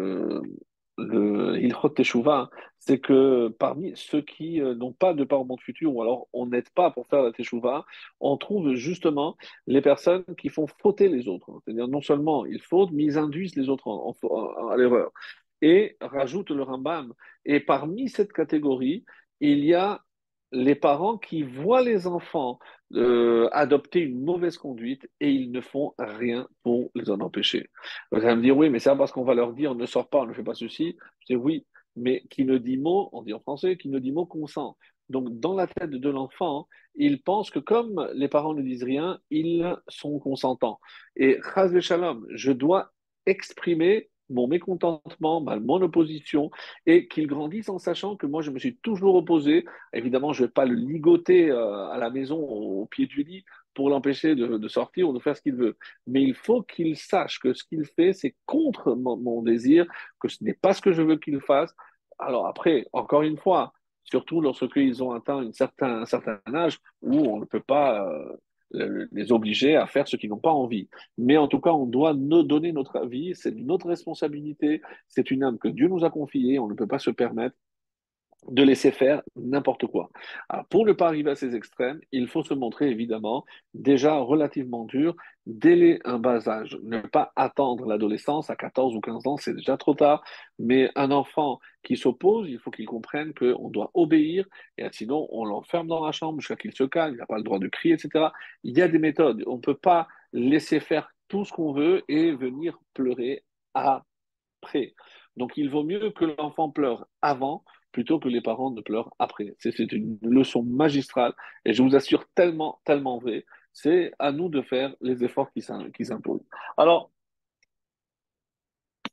le Hilchot Teshuvah, c'est que parmi ceux qui n'ont pas de parents de futur, ou alors on n'aide pas pour faire la Teshuvah, on trouve justement les personnes qui font fauter les autres. C'est-à-dire non seulement ils fautent, mais ils induisent les autres à l'erreur. Et rajoute le Rambam, et parmi cette catégorie, il y a les parents qui voient les enfants adopter une mauvaise conduite et ils ne font rien pour les en empêcher. Vous allez me dire, oui, mais c'est parce qu'on va leur dire ne sors pas, on ne fait pas ceci. Je dis oui, mais qui ne dit mot, on dit en français, qui ne dit mot consent. Donc, dans la tête de l'enfant, il pense que comme les parents ne disent rien, ils sont consentants. Et chas shalom, je dois exprimer mon mécontentement, mon opposition, et qu'ils grandissent en sachant que moi, je me suis toujours opposé. Évidemment, je ne vais pas le ligoter à la maison, au pied du lit, pour l'empêcher de sortir ou de faire ce qu'il veut. Mais il faut qu'il sache que ce qu'il fait, c'est contre mon désir, que ce n'est pas ce que je veux qu'il fasse. Alors après, encore une fois, surtout lorsqu'ils ont atteint un certain âge où on ne peut pas les obliger à faire ce qu'ils n'ont pas envie. Mais en tout cas, on doit nous donner notre avis, c'est notre responsabilité, c'est une âme que Dieu nous a confiée, on ne peut pas se permettre de laisser faire n'importe quoi. Alors, pour ne pas arriver à ces extrêmes, il faut se montrer évidemment déjà relativement dur dès un bas âge. Ne pas attendre l'adolescence à 14 ou 15 ans, c'est déjà trop tard, mais un enfant qui s'oppose, il faut qu'il comprenne qu'on doit obéir, et sinon on l'enferme dans la chambre jusqu'à qu'il se calme, il n'a pas le droit de crier, etc. Il y a des méthodes, on ne peut pas laisser faire tout ce qu'on veut et venir pleurer après. Donc il vaut mieux que l'enfant pleure avant plutôt que les parents ne pleurent après. C'est une leçon magistrale et je vous assure tellement, tellement vrai. C'est à nous de faire les efforts qui s'imposent. Alors,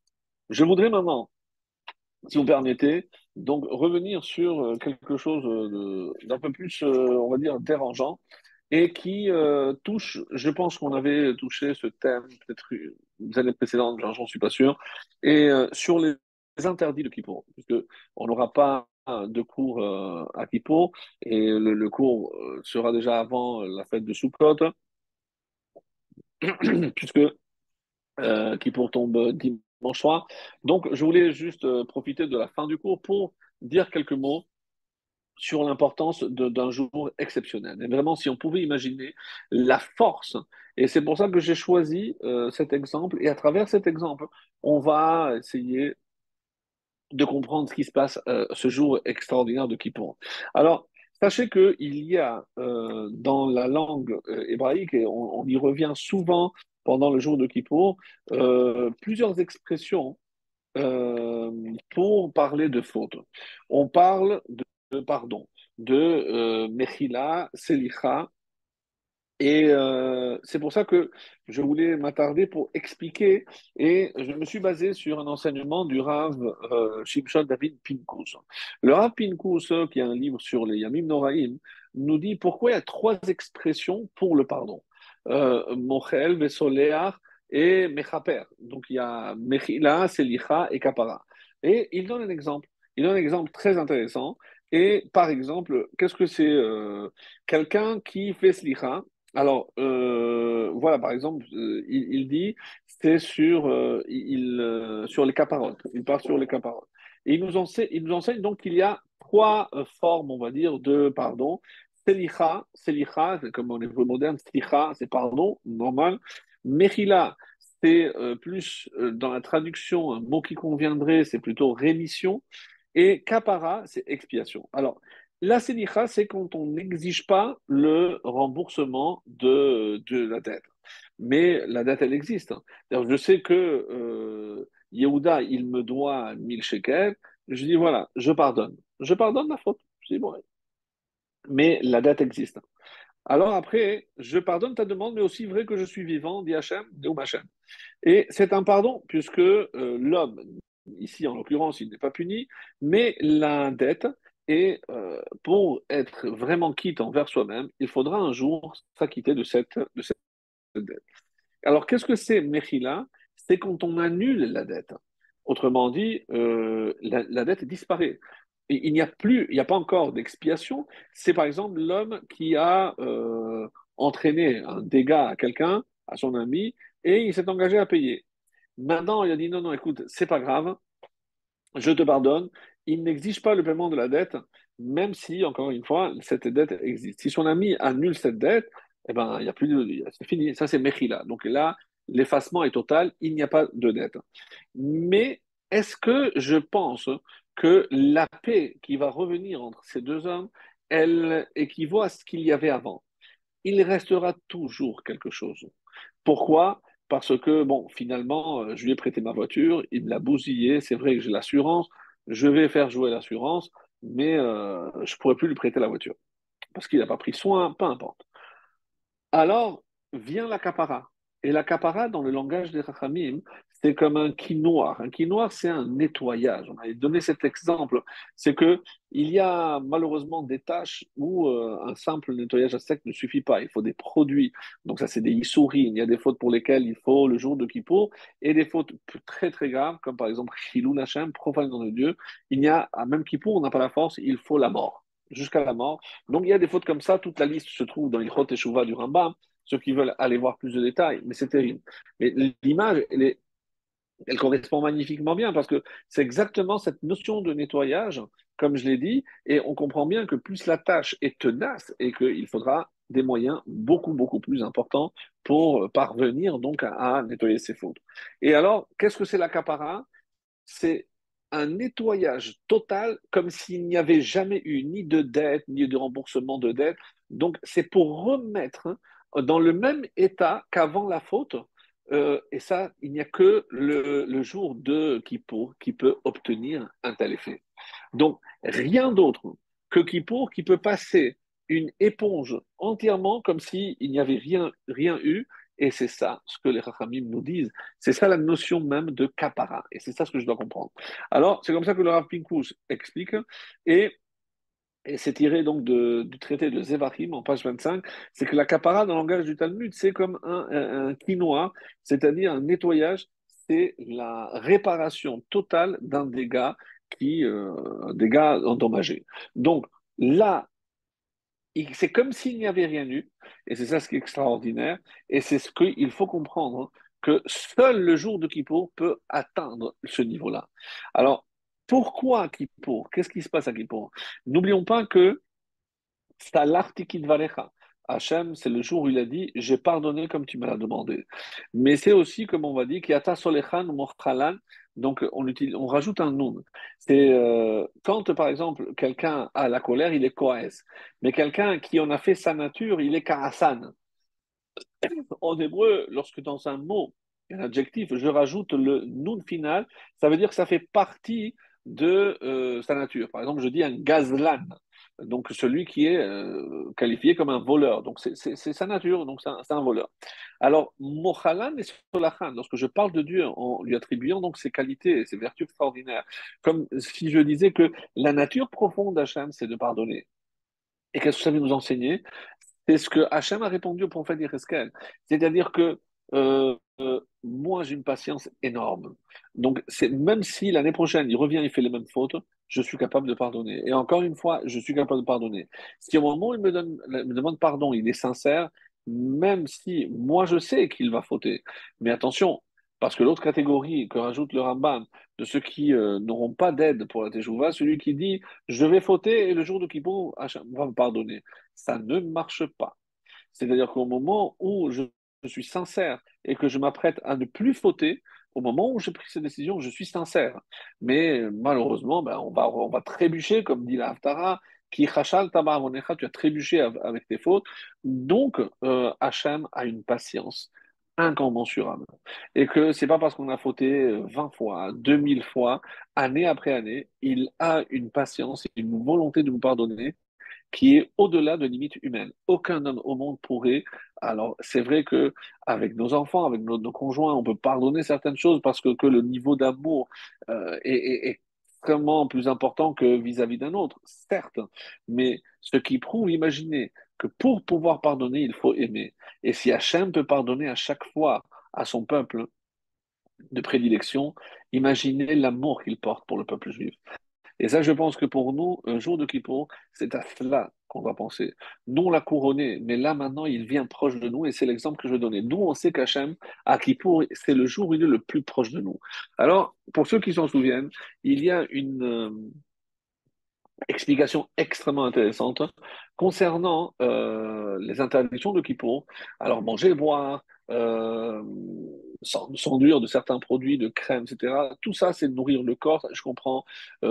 Je voudrais maintenant, si vous permettez, donc revenir sur quelque chose d'un peu plus, on va dire, dérangeant et qui touche, je pense qu'on avait touché ce thème peut-être les années précédentes, j'en suis pas sûr, et sur les interdits de Kippour, puisque on n'aura pas de cours à Kippour et le cours sera déjà avant la fête de Sukkot, puisque Kippour tombe dimanche soir. Donc, je voulais juste profiter de la fin du cours pour dire quelques mots sur l'importance d'un jour exceptionnel. Et vraiment, si on pouvait imaginer la force, et c'est pour ça que j'ai choisi cet exemple, et à travers cet exemple, on va essayer de comprendre ce qui se passe ce jour extraordinaire de Kippour. Alors, sachez qu'il y a dans la langue hébraïque, et on y revient souvent pendant le jour de Kippour, plusieurs expressions euh, pour parler de faute. On parle de pardon, de mechila, selicha, et c'est pour ça que je voulais m'attarder pour expliquer, et je me suis basé sur un enseignement du Rav Shimshon David Pinkus. Le Rav Pinkus, qui a un livre sur les Yamim Noraim, nous dit pourquoi il y a trois expressions pour le pardon. Mochel, Vesoleach et Mechaper. Donc il y a Mechila, Selicha et Kapara. Et il donne un exemple. Il donne un exemple très intéressant. Et par exemple, qu'est-ce que c'est quelqu'un qui fait Slicha? Alors, voilà, par exemple, il dit, c'est sur, sur les caparottes. Il part sur les caparottes. Et il nous enseigne donc qu'il y a trois formes, on va dire, de pardon. Selicha, c'est comme en hébreu moderne, slicha, c'est pardon, normal. Mechila, c'est plus dans la traduction, un mot qui conviendrait, c'est plutôt rémission. Et kapara, c'est expiation. Alors, la sélicha, c'est quand on n'exige pas le remboursement de la dette. Mais la dette, elle existe. C'est-à-dire, je sais que Yehuda, il me doit 1000 shekels. Je dis, voilà, je pardonne. Je pardonne la faute. Je dis, bon, ouais. Mais la dette existe. Alors après, je pardonne ta demande, mais aussi vrai que je suis vivant, dit Hachem, Deum Hachem. Et c'est un pardon, puisque l'homme, ici en l'occurrence, il n'est pas puni, mais la dette, et pour être vraiment quitte envers soi-même, il faudra un jour s'acquitter de cette dette. Alors qu'est-ce que c'est Mechila? C'est quand on annule la dette. Autrement dit, la dette disparaît. Et il n'y a plus, il n'y a pas encore d'expiation. C'est par exemple l'homme qui a entraîné un dégât à quelqu'un, à son ami, et il s'est engagé à payer. Maintenant, il a dit non, non, écoute, c'est pas grave, je te pardonne. Il n'exige pas le paiement de la dette, même si, encore une fois, cette dette existe. Si son ami annule cette dette, eh ben, il y a plus de, c'est fini. Ça, c'est Mechila. Donc là, l'effacement est total, il n'y a pas de dette. Mais est-ce que je pense que la paix qui va revenir entre ces deux hommes, elle équivaut à ce qu'il y avait avant? Il restera toujours quelque chose. Pourquoi? Parce que, bon, finalement, je lui ai prêté ma voiture, il me l'a bousillé, c'est vrai que j'ai l'assurance, je vais faire jouer l'assurance, mais je ne pourrai plus lui prêter la voiture. Parce qu'il n'a pas pris soin, peu importe. Alors vient la capara. Et la capara, dans le langage des Rachamim, c'est comme un quinoir. Un quinoir, c'est un nettoyage. On avait donné cet exemple. C'est que il y a malheureusement des tâches où un simple nettoyage à sec ne suffit pas. Il faut des produits. Donc ça, c'est des issourines. Il y a des fautes pour lesquelles il faut le jour de Kippour et des fautes très très graves, comme par exemple Chilou Hashem, profane de Dieu. Il y a, à même Kippour, on n'a pas la force, il faut la mort. Jusqu'à la mort. Donc il y a des fautes comme ça, toute la liste se trouve dans l'Ilchot Teshuvah du Rambam, ceux qui veulent aller voir plus de détails, mais c'est terrible. Mais l'image, elle correspond magnifiquement bien parce que c'est exactement cette notion de nettoyage, comme je l'ai dit, et on comprend bien que plus la tâche est tenace et qu'il faudra des moyens beaucoup, beaucoup plus importants pour parvenir donc à nettoyer ces fautes. Et alors, qu'est-ce que c'est la capara? C'est un nettoyage total, comme s'il n'y avait jamais eu ni de dette, ni de remboursement de dette. Donc, c'est pour remettre dans le même état qu'avant la faute. Et ça, il n'y a que le jour de Kippour qui peut obtenir un tel effet. Donc, rien d'autre que Kippour qui peut passer une éponge entièrement comme s'il n'y avait rien eu Et c'est ça ce que les Chachamim nous disent. C'est ça la notion même de kapara. Et c'est ça ce que je dois comprendre. Alors, c'est comme ça que le Rav Pinkus explique. Et et c'est tiré donc du traité de Zevachim en page 25, c'est que la capara dans le langage du Talmud, c'est comme un quinoa, c'est-à-dire un nettoyage, c'est la réparation totale d'un dégât un dégât endommagé. Donc là, c'est comme s'il n'y avait rien eu, et c'est ça ce qui est extraordinaire, et c'est ce qu'il faut comprendre, hein, que seul le jour de Kippour peut atteindre ce niveau-là. Alors, pourquoi Kippour? Qu'est-ce qui se passe à Kippour? N'oublions pas que Salarti Kidvarecha. Hachem, c'est le jour où il a dit, j'ai pardonné comme tu me l'as demandé. Mais c'est aussi, comme on va dire, Kiata Solechan Mochalan, donc on rajoute un nun. C'est quand, par exemple, quelqu'un a la colère, il est Koès. Mais quelqu'un qui en a fait sa nature, il est Karasan. En hébreu, lorsque dans un mot, un adjectif, je rajoute le nun final, ça veut dire que ça fait partie de sa nature. Par exemple, je dis un gazlan, donc celui qui est qualifié comme un voleur. Donc c'est sa nature, donc c'est un voleur. Alors, mochalan et solachan, lorsque je parle de Dieu en lui attribuant donc ses qualités, ses vertus extraordinaires, comme si je disais que la nature profonde d'Hachem, c'est de pardonner. Et qu'est-ce que ça veut nous enseigner? C'est ce que Hachem a répondu au prophète Yereskel. C'est-à-dire que moi, j'ai une patience énorme. Donc, même si l'année prochaine, il revient, il fait les mêmes fautes, je suis capable de pardonner. Et encore une fois, je suis capable de pardonner. Si au moment où me demande pardon, il est sincère, même si moi, je sais qu'il va fauter. Mais attention, parce que l'autre catégorie que rajoute le Rambam, de ceux qui n'auront pas d'aide pour la Teshuvah, celui qui dit, je vais fauter et le jour de Kippour, Hachem va me pardonner. Ça ne marche pas. C'est-à-dire qu'au moment où je suis sincère et que je m'apprête à ne plus fauter, au moment où j'ai pris cette décision, je suis sincère. Mais malheureusement, ben, on va trébucher, comme dit la Haftara, qui rachal tabar avonecha, tu as trébuché avec tes fautes. Donc, Hachem a une patience incommensurable. Et que c'est pas parce qu'on a fauté 20 fois, 2000 fois, année après année, il a une patience, une volonté de nous pardonner qui est au-delà de limites humaines. Aucun homme au monde pourrait. Alors, c'est vrai que avec nos enfants, avec nos conjoints, on peut pardonner certaines choses parce que le niveau d'amour est extrêmement plus important que vis-à-vis d'un autre, certes. Mais ce qui prouve, imaginez que pour pouvoir pardonner, il faut aimer. Et si Hachem peut pardonner à chaque fois à son peuple de prédilection, imaginez l'amour qu'il porte pour le peuple juif. Et ça, je pense que pour nous, un jour de Kippour, c'est à cela qu'on va penser. Nous, on l'a couronné, mais là, maintenant, il vient proche de nous, et c'est l'exemple que je vais donner. Nous, on sait qu'Hachem, à Kippour, c'est le jour où il est le plus proche de nous. Alors, pour ceux qui s'en souviennent, il y a une explication extrêmement intéressante concernant les interdictions de Kippour. Alors, manger, boire, s'enduire de certains produits, de crème, etc. Tout ça, c'est de nourrir le corps. Je comprends.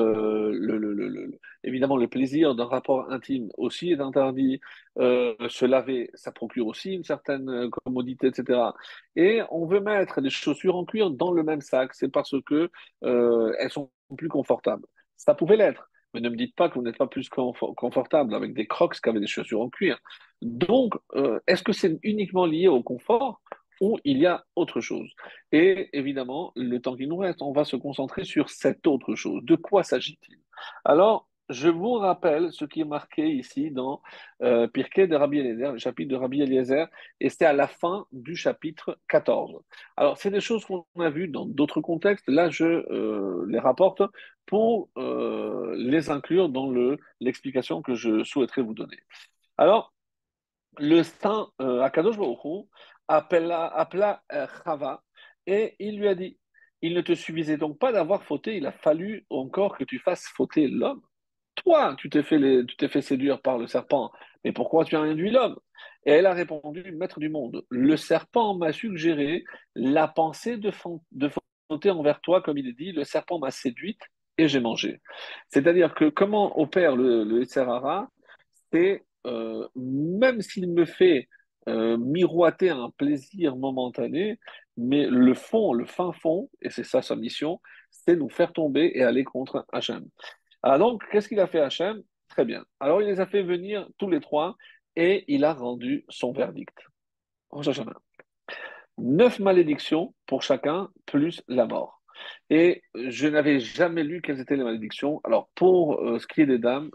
Évidemment, le plaisir d'un rapport intime aussi est interdit. Se laver, ça procure aussi une certaine commodité, etc. Et on veut mettre des chaussures en cuir dans le même sac. C'est parce que elles sont plus confortables. Ça pouvait l'être. Mais ne me dites pas que vous n'êtes pas plus confortable avec des Crocs qu'avec des chaussures en cuir. Donc, est-ce que c'est uniquement lié au confort ou il y a autre chose? Et évidemment, le temps qui nous reste, on va se concentrer sur cette autre chose. De quoi s'agit-il? Alors, je vous rappelle ce qui est marqué ici dans Pirkei de Rabbi Eliezer, le chapitre de Rabbi Eliezer, et c'est à la fin du chapitre 14. Alors, c'est des choses qu'on a vues dans d'autres contextes. Là, je les rapporte pour les inclure dans l'explication que je souhaiterais vous donner. Alors, le saint Akadosh Baruch Hu appela Chava et il lui a dit, il ne te suffisait donc pas d'avoir fauté, il a fallu encore que tu fasses fauter l'homme. Toi, tu t'es fait séduire par le serpent, mais pourquoi tu as induit l'homme? Et elle a répondu, Maître du monde, le serpent m'a suggéré la pensée de fauter envers toi, comme il est dit, le serpent m'a séduite et j'ai mangé. C'est-à-dire que comment opère le Yetzer Hara, c'est même s'il me fait miroiter un plaisir momentané, mais le fond, le fin fond, et c'est ça sa mission, c'est nous faire tomber et aller contre Hachem. Alors donc, qu'est-ce qu'il a fait Hachem? Très bien. Alors, il les a fait venir tous les trois et il a rendu son verdict. Rosh Hashanah. 9 malédictions pour chacun, plus la mort. Et je n'avais jamais lu quelles étaient les malédictions. Alors, pour ce qui est des dames,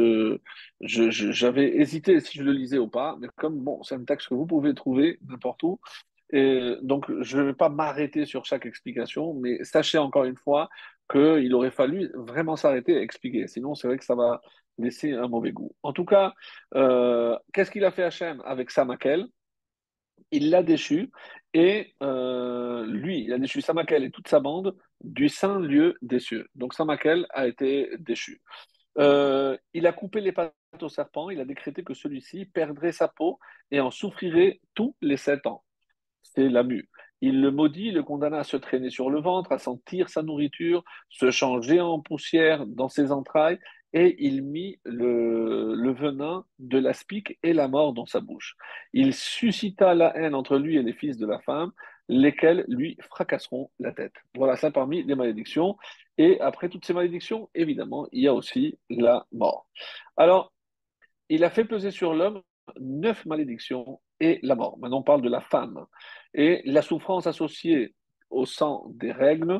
j'avais hésité si je le lisais ou pas, mais comme bon, c'est un texte que vous pouvez trouver n'importe où, et donc je ne vais pas m'arrêter sur chaque explication, mais sachez encore une fois qu'il aurait fallu vraiment s'arrêter et expliquer. Sinon, c'est vrai que ça va laisser un mauvais goût. En tout cas, qu'est-ce qu'il a fait Hachem avec Samakel? Il l'a déchu et lui, il a déchu Samakel et toute sa bande du saint lieu des cieux. Donc Samakel a été déchu. Il a coupé les pattes au serpent, il a décrété que celui-ci perdrait sa peau et en souffrirait tous les 7 ans. C'est la mue. Il le maudit, le condamna à se traîner sur le ventre, à sentir sa nourriture, se changer en poussière dans ses entrailles, et il mit le venin de l'aspic et la mort dans sa bouche. Il suscita la haine entre lui et les fils de la femme, lesquels lui fracasseront la tête. Voilà ça parmi les malédictions. Et après toutes ces malédictions, évidemment, il y a aussi la mort. Alors, il a fait peser sur l'homme 9 malédictions et la mort. Maintenant, on parle de la femme. Et la souffrance associée au sang des règles,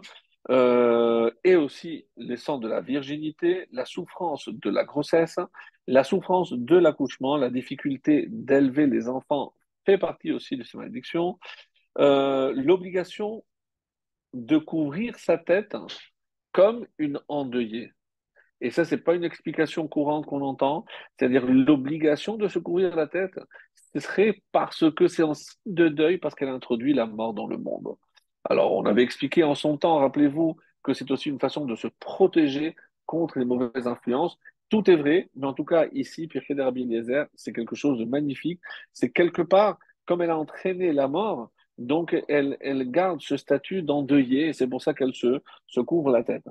et aussi les sangs de la virginité, la souffrance de la grossesse, la souffrance de l'accouchement, la difficulté d'élever les enfants fait partie aussi de ces malédictions. L'obligation de couvrir sa tête comme une endeuillée. Et ça, c'est pas une explication courante qu'on entend, c'est-à-dire l'obligation de se couvrir la tête. Ce serait parce que c'est un signe de deuil, parce qu'elle introduit la mort dans le monde. Alors, on avait expliqué en son temps, rappelez-vous, que c'est aussi une façon de se protéger contre les mauvaises influences. Tout est vrai, mais en tout cas, ici, Pirkei de Rabbi Eliezer, c'est quelque chose de magnifique. C'est quelque part, comme elle a entraîné la mort, donc elle garde ce statut d'endeuillée, et c'est pour ça qu'elle se couvre la tête.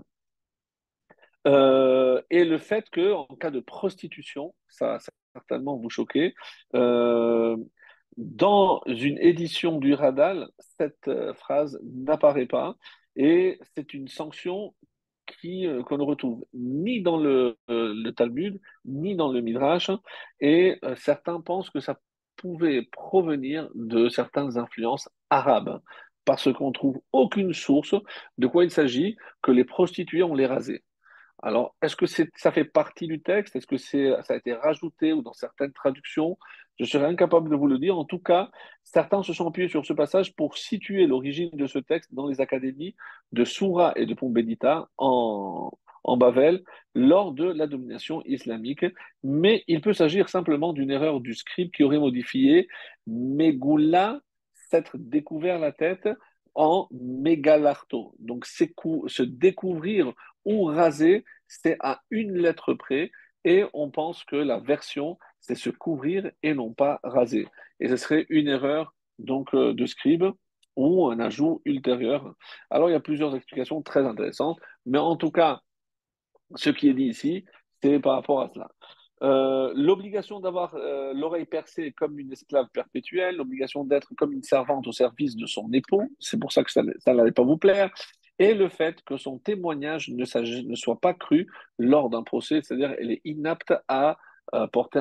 Et le fait que, en cas de prostitution, ça va certainement vous choquer, euh, dans une édition du Radal, cette phrase n'apparaît pas et c'est une sanction qu'on ne retrouve ni dans le Talmud, ni dans le Midrash, et certains pensent que ça pouvait provenir de certaines influences arabes, parce qu'on trouve aucune source de quoi il s'agit que les prostituées ont les rasés. Alors, est-ce que ça fait partie du texte? Est-ce que ça a été rajouté ou dans certaines traductions? Je serais incapable de vous le dire. En tout cas, certains se sont appuyés sur ce passage pour situer l'origine de ce texte dans les académies de Soura et de Pombedita en Bavel lors de la domination islamique. Mais il peut s'agir simplement d'une erreur du scribe qui aurait modifié Megula, s'être découvert la tête, en Megalarto. Donc, se découvrir ou raser, c'est à une lettre près, et on pense que la version, c'est se couvrir et non pas raser. Et ce serait une erreur donc de scribe ou un ajout ultérieur. Alors il y a plusieurs explications très intéressantes, mais en tout cas, ce qui est dit ici, c'est par rapport à cela. L'obligation d'avoir l'oreille percée comme une esclave perpétuelle, l'obligation d'être comme une servante au service de son époux, c'est pour ça que ça n'allait pas vous plaire, et le fait que son témoignage ne soit pas cru lors d'un procès, c'est-à-dire elle est inapte à porter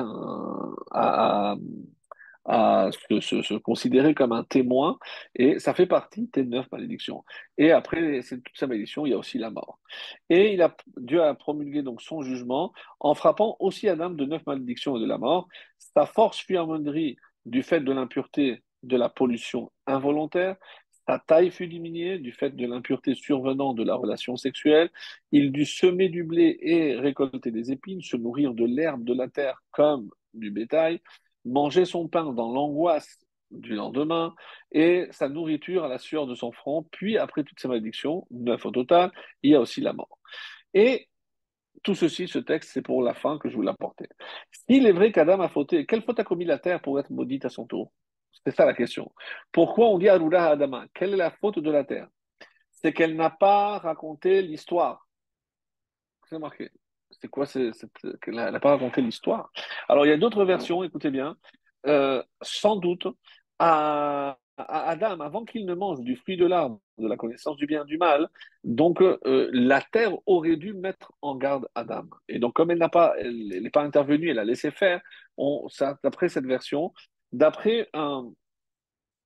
à se considérer comme un témoin, et ça fait partie des 9 malédictions. Et après toutes ces malédictions, il y a aussi la mort. Et Dieu a promulgué donc son jugement en frappant aussi Adam de 9 malédictions et de la mort. Sa force fut amoindrie du fait de l'impureté de la pollution involontaire. Sa taille fut diminuée du fait de l'impureté survenant de la relation sexuelle. Il dut semer du blé et récolter des épines, se nourrir de l'herbe de la terre comme du bétail, manger son pain dans l'angoisse du lendemain et sa nourriture à la sueur de son front. Puis, après toutes ces malédictions, 9 au total, il y a aussi la mort. Et tout ceci, ce texte, c'est pour la fin que je vous l'apportais. S'il est vrai qu'Adam a fauté, quelle faute a commis la terre pour être maudite à son tour? C'est ça la question. Pourquoi on dit Arura Adama? Quelle est la faute de la terre? C'est qu'elle n'a pas raconté l'histoire. C'est marqué. C'est quoi qu'elle n'a pas raconté l'histoire? Alors, il y a d'autres versions, écoutez bien. Sans doute, à Adam, avant qu'il ne mange du fruit de l'arbre, de la connaissance du bien et du mal, donc la terre aurait dû mettre en garde Adam. Et donc, comme elle n'est pas intervenue, elle a laissé faire, d'après cette version, d'après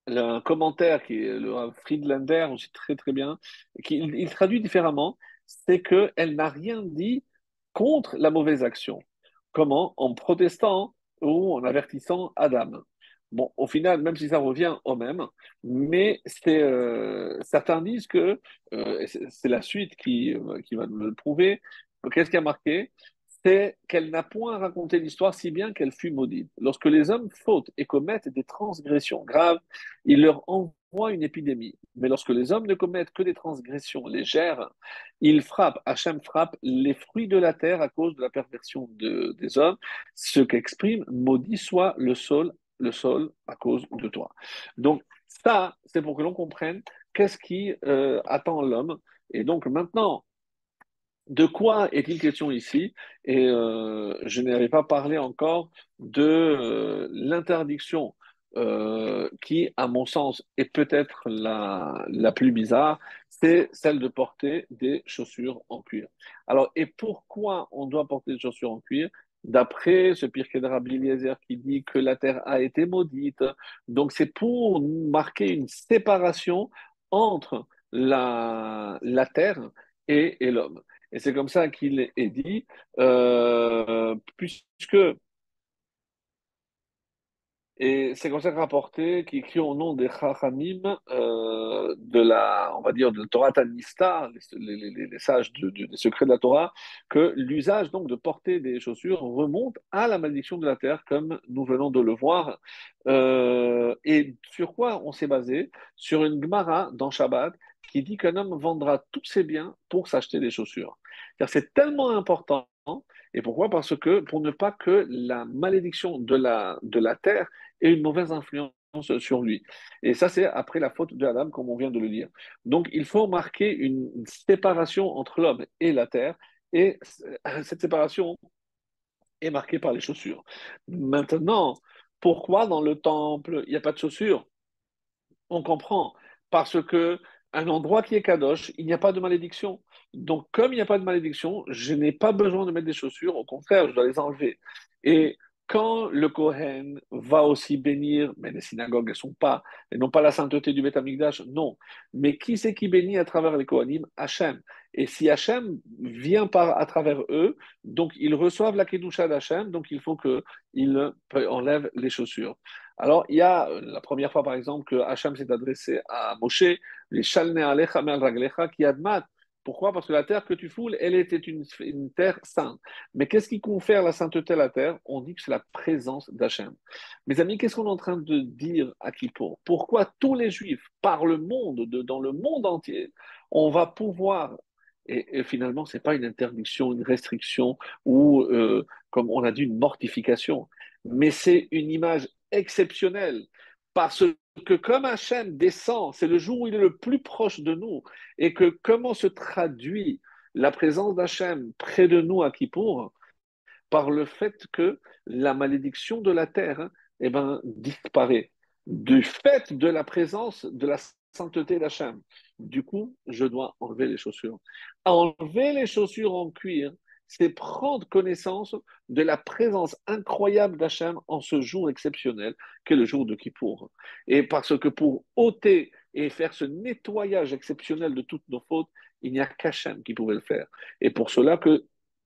un commentaire qui est le Rav Friedlander, aussi très très bien, il traduit différemment, c'est qu'elle n'a rien dit contre la mauvaise action. Comment? En protestant ou en avertissant Adam. Bon, au final, même si ça revient au même, mais certains disent que, et c'est la suite qui va nous le prouver, qu'est-ce qui a marqué? C'est qu'elle n'a point raconté l'histoire si bien qu'elle fut maudite. Lorsque les hommes fautent et commettent des transgressions graves, il leur envoie une épidémie. Mais lorsque les hommes ne commettent que des transgressions légères, il frappe, Hachem frappe les fruits de la terre à cause de la perversion des hommes, ce qu'exprime maudit soit le sol à cause de toi. Donc ça, c'est pour que l'on comprenne qu'est-ce qui attend l'homme. Et donc maintenant, de quoi est-il question ici? Et je n'avais pas parlé encore de l'interdiction qui, à mon sens, est peut-être la plus bizarre, c'est celle de porter des chaussures en cuir. Alors, et pourquoi on doit porter des chaussures en cuir? D'après ce Pirkei de Rabbi Eliezer qui dit que la terre a été maudite. Donc, c'est pour marquer une séparation entre la terre et l'homme. Et c'est comme ça qu'il est dit, puisque, et c'est comme ça que rapporté, qui écrit au nom des Chachamim, on va dire, de la Torah Tanista, les sages des secrets de la Torah, que l'usage donc de porter des chaussures remonte à la malédiction de la terre, comme nous venons de le voir. Et sur quoi on s'est basé? Sur une Gemara dans Shabbat qui dit qu'un homme vendra tous ses biens pour s'acheter des chaussures. Car c'est tellement important. Et pourquoi? Parce que pour ne pas que la malédiction de la terre ait une mauvaise influence sur lui. Et ça, c'est après la faute de Adam, comme on vient de le dire. Donc, il faut marquer une séparation entre l'homme et la terre. Et cette séparation est marquée par les chaussures. Maintenant, pourquoi dans le temple, il n'y a pas de chaussures? On comprend. Parce que un endroit qui est kadosh, il n'y a pas de malédiction. Donc, comme il n'y a pas de malédiction, je n'ai pas besoin de mettre des chaussures. Au contraire, je dois les enlever. Et quand le Kohen va aussi bénir, mais les synagogues, elles n'ont pas la sainteté du Beth Amikdash, non. Mais qui c'est qui bénit à travers les Kohanim? Hachem. Et si Hachem vient à travers eux, donc ils reçoivent la Kedusha d'Hachem, donc il faut qu'ils enlèvent les chaussures. Alors, il y a la première fois, par exemple, que Hacham s'est adressé à Moshe, les Shalne Alecha Mer Raglecha qui admat. Pourquoi? Parce que la terre que tu foules, elle était une terre sainte. Mais qu'est-ce qui confère la sainteté à la terre? On dit que c'est la présence d'Hachem. Mes amis, qu'est-ce qu'on est en train de dire à Kippour? Pourquoi tous les Juifs, par le monde, dans le monde entier, on va pouvoir et finalement, ce n'est pas une interdiction, une restriction ou, comme on a dit, une mortification, mais c'est une image exceptionnelle parce que comme Hachem descend, c'est le jour où il est le plus proche de nous et que comment se traduit la présence d'Hachem près de nous à Kippour par le fait que la malédiction de la terre disparaît du fait de la présence de la sainteté d'Hachem. Du coup, je dois enlever les chaussures. Enlever les chaussures en cuir, c'est prendre connaissance de la présence incroyable d'Hachem en ce jour exceptionnel qu'est le jour de Kippour. Et parce que pour ôter et faire ce nettoyage exceptionnel de toutes nos fautes, il n'y a qu'Hachem qui pouvait le faire. Et pour cela que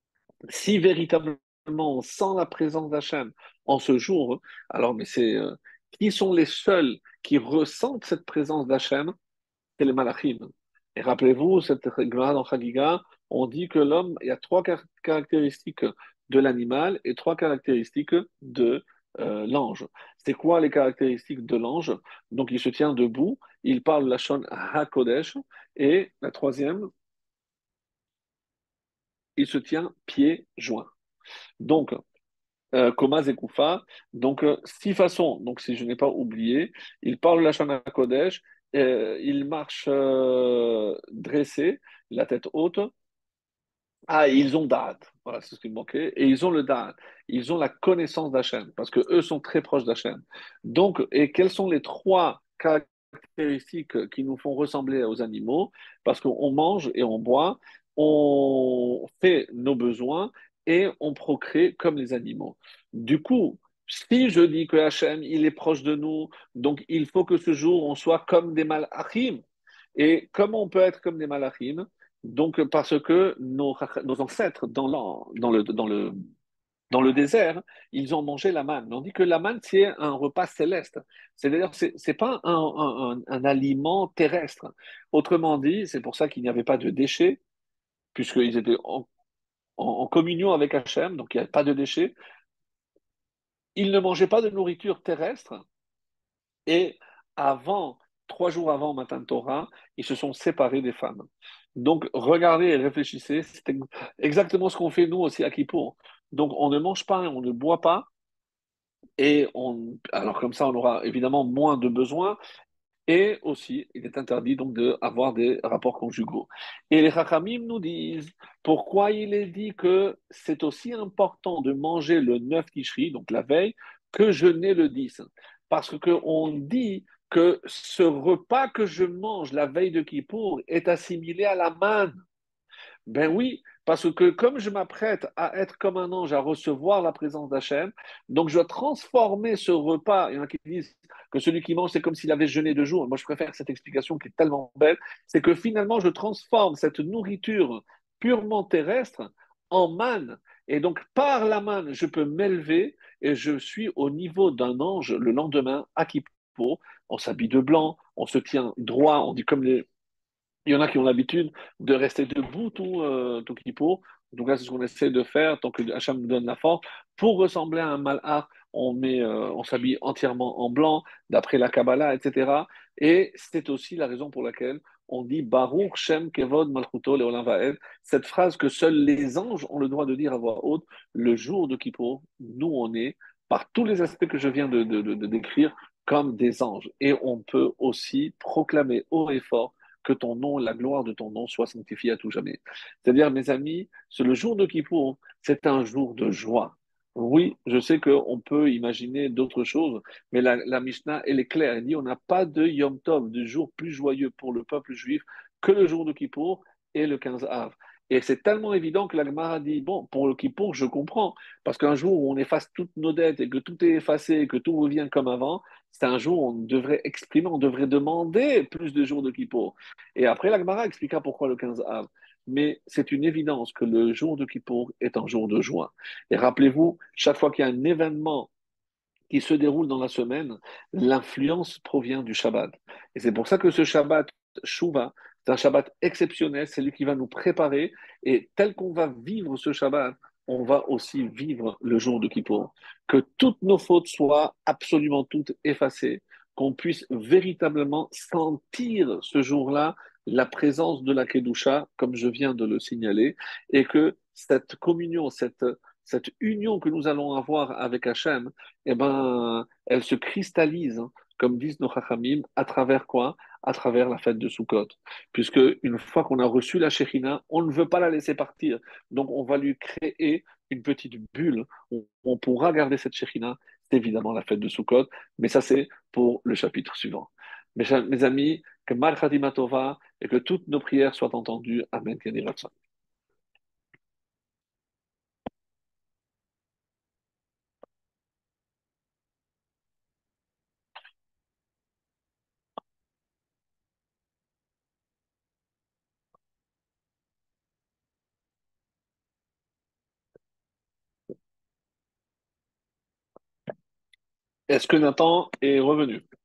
si véritablement on sent la présence d'Hachem en ce jour, alors mais qui sont les seuls qui ressentent cette présence d'Hachem? C'est les malachim. Et rappelez-vous, cette Gemara dans Chagiga, on dit que l'homme, il y a trois caractéristiques de l'animal et trois caractéristiques de l'ange. C'est quoi les caractéristiques de l'ange? Donc il se tient debout, il parle la Shon HaKodesh, et la troisième, il se tient pieds joints. Donc, Koma Zekoufa. Donc, six façons. Donc, si je n'ai pas oublié, il parle la Shana Kodesh, il marche dressé, la tête haute. Ah, et ils ont Da'at. Voilà, c'est ce qui me manquait. Et ils ont le Da'at. Ils ont la connaissance d'Hachem, parce que eux sont très proches d'Hachem. Donc, et quelles sont les trois caractéristiques qui nous font ressembler aux animaux? Parce qu'on mange et on boit, on fait nos besoins et on procrée comme les animaux. Du coup, Si je dis que Hachem, il est proche de nous, donc il faut que ce jour, on soit comme des malachim. Et comment on peut être comme des malachim? Donc, parce que nos ancêtres, dans le désert, ils ont mangé la manne. On dit que la manne, c'est un repas céleste. C'est-à-dire, c'est pas un aliment terrestre. Autrement dit, c'est pour ça qu'il n'y avait pas de déchets, puisqu'ils étaient en communion avec Hachem, donc il n'y avait pas de déchets. Ils ne mangeaient pas de nourriture terrestre. Et avant, 3 jours avant Matan Torah, ils se sont séparés des femmes. Donc, regardez et réfléchissez, c'est exactement ce qu'on fait nous aussi à Kippour. Donc, on ne mange pas, on ne boit pas, alors comme ça, on aura évidemment moins de besoins, et aussi, il est interdit donc d'avoir des rapports conjugaux. Et les Chachamim nous disent pourquoi il est dit que c'est aussi important de manger le 9 Tishri, donc la veille, que jeûner le 10. Parce qu'on dit que ce repas que je mange la veille de Kippour est assimilé à la manne. Ben oui, parce que comme je m'apprête à être comme un ange, à recevoir la présence d'Hachem, donc je dois transformer ce repas. Il y en a qui disent que celui qui mange, c'est comme s'il avait jeûné 2 jours. Moi, je préfère cette explication qui est tellement belle. C'est que finalement, je transforme cette nourriture purement terrestre en manne. Et donc, par la manne, je peux m'élever et je suis au niveau d'un ange le lendemain à Kippour. On s'habille de blanc, on se tient droit, on dit comme les, il y en a qui ont l'habitude de rester debout tout Kippour. En tout cas, c'est ce qu'on essaie de faire tant que Hacham nous donne la force. Pour ressembler à un malach, on s'habille entièrement en blanc, d'après la Kabbalah, etc. Et c'est aussi la raison pour laquelle on dit Baruch Shem Kevod Malchuto Leolam Vaed, cette phrase que seuls les anges ont le droit de dire à voix haute le jour de Kippour. Nous, on est, par tous les aspects que je viens de décrire, comme des anges. Et on peut aussi proclamer haut et fort que ton nom, la gloire de ton nom soit sanctifiée à tout jamais. C'est-à-dire, mes amis, c'est le jour de Kippour, c'est un jour de joie. Oui, je sais qu'on peut imaginer d'autres choses, mais la Mishnah, elle est claire. Elle dit on n'a pas de Yom Tov, de jour plus joyeux pour le peuple juif que le jour de Kippour et le 15 Av. Et c'est tellement évident que la Gemara dit bon, pour le Kippour, je comprends, parce qu'un jour où on efface toutes nos dettes et que tout est effacé et que tout revient comme avant, c'est un jour où on devrait exprimer, on devrait demander plus de jours de Kippour. Et après, la Gemara expliquera pourquoi le 15 Av. Mais c'est une évidence que le jour de Kippour est un jour de joie. Et rappelez-vous, chaque fois qu'il y a un événement qui se déroule dans la semaine, l'influence provient du Shabbat. Et c'est pour ça que ce Shabbat, Shuvah, c'est un Shabbat exceptionnel, c'est lui qui va nous préparer. Et tel qu'on va vivre ce Shabbat, on va aussi vivre le jour de Kippour. Que toutes nos fautes soient absolument toutes effacées, qu'on puisse véritablement sentir ce jour-là la présence de la Kedusha, comme je viens de le signaler, et que cette communion, cette union que nous allons avoir avec Hachem, eh ben, elle se cristallise, hein, comme disent nos Chachamim, à travers quoi? À travers la fête de Sukkot. Puisque une fois qu'on a reçu la Shekhinah, on ne veut pas la laisser partir. Donc on va lui créer une petite bulle où on pourra garder cette Shekhinah. C'est évidemment la fête de Sukkot, mais ça c'est pour le chapitre suivant. Mes amis, que Mal Khatima Tova et que toutes nos prières soient entendues. Amen. Est-ce que Nathan est revenu?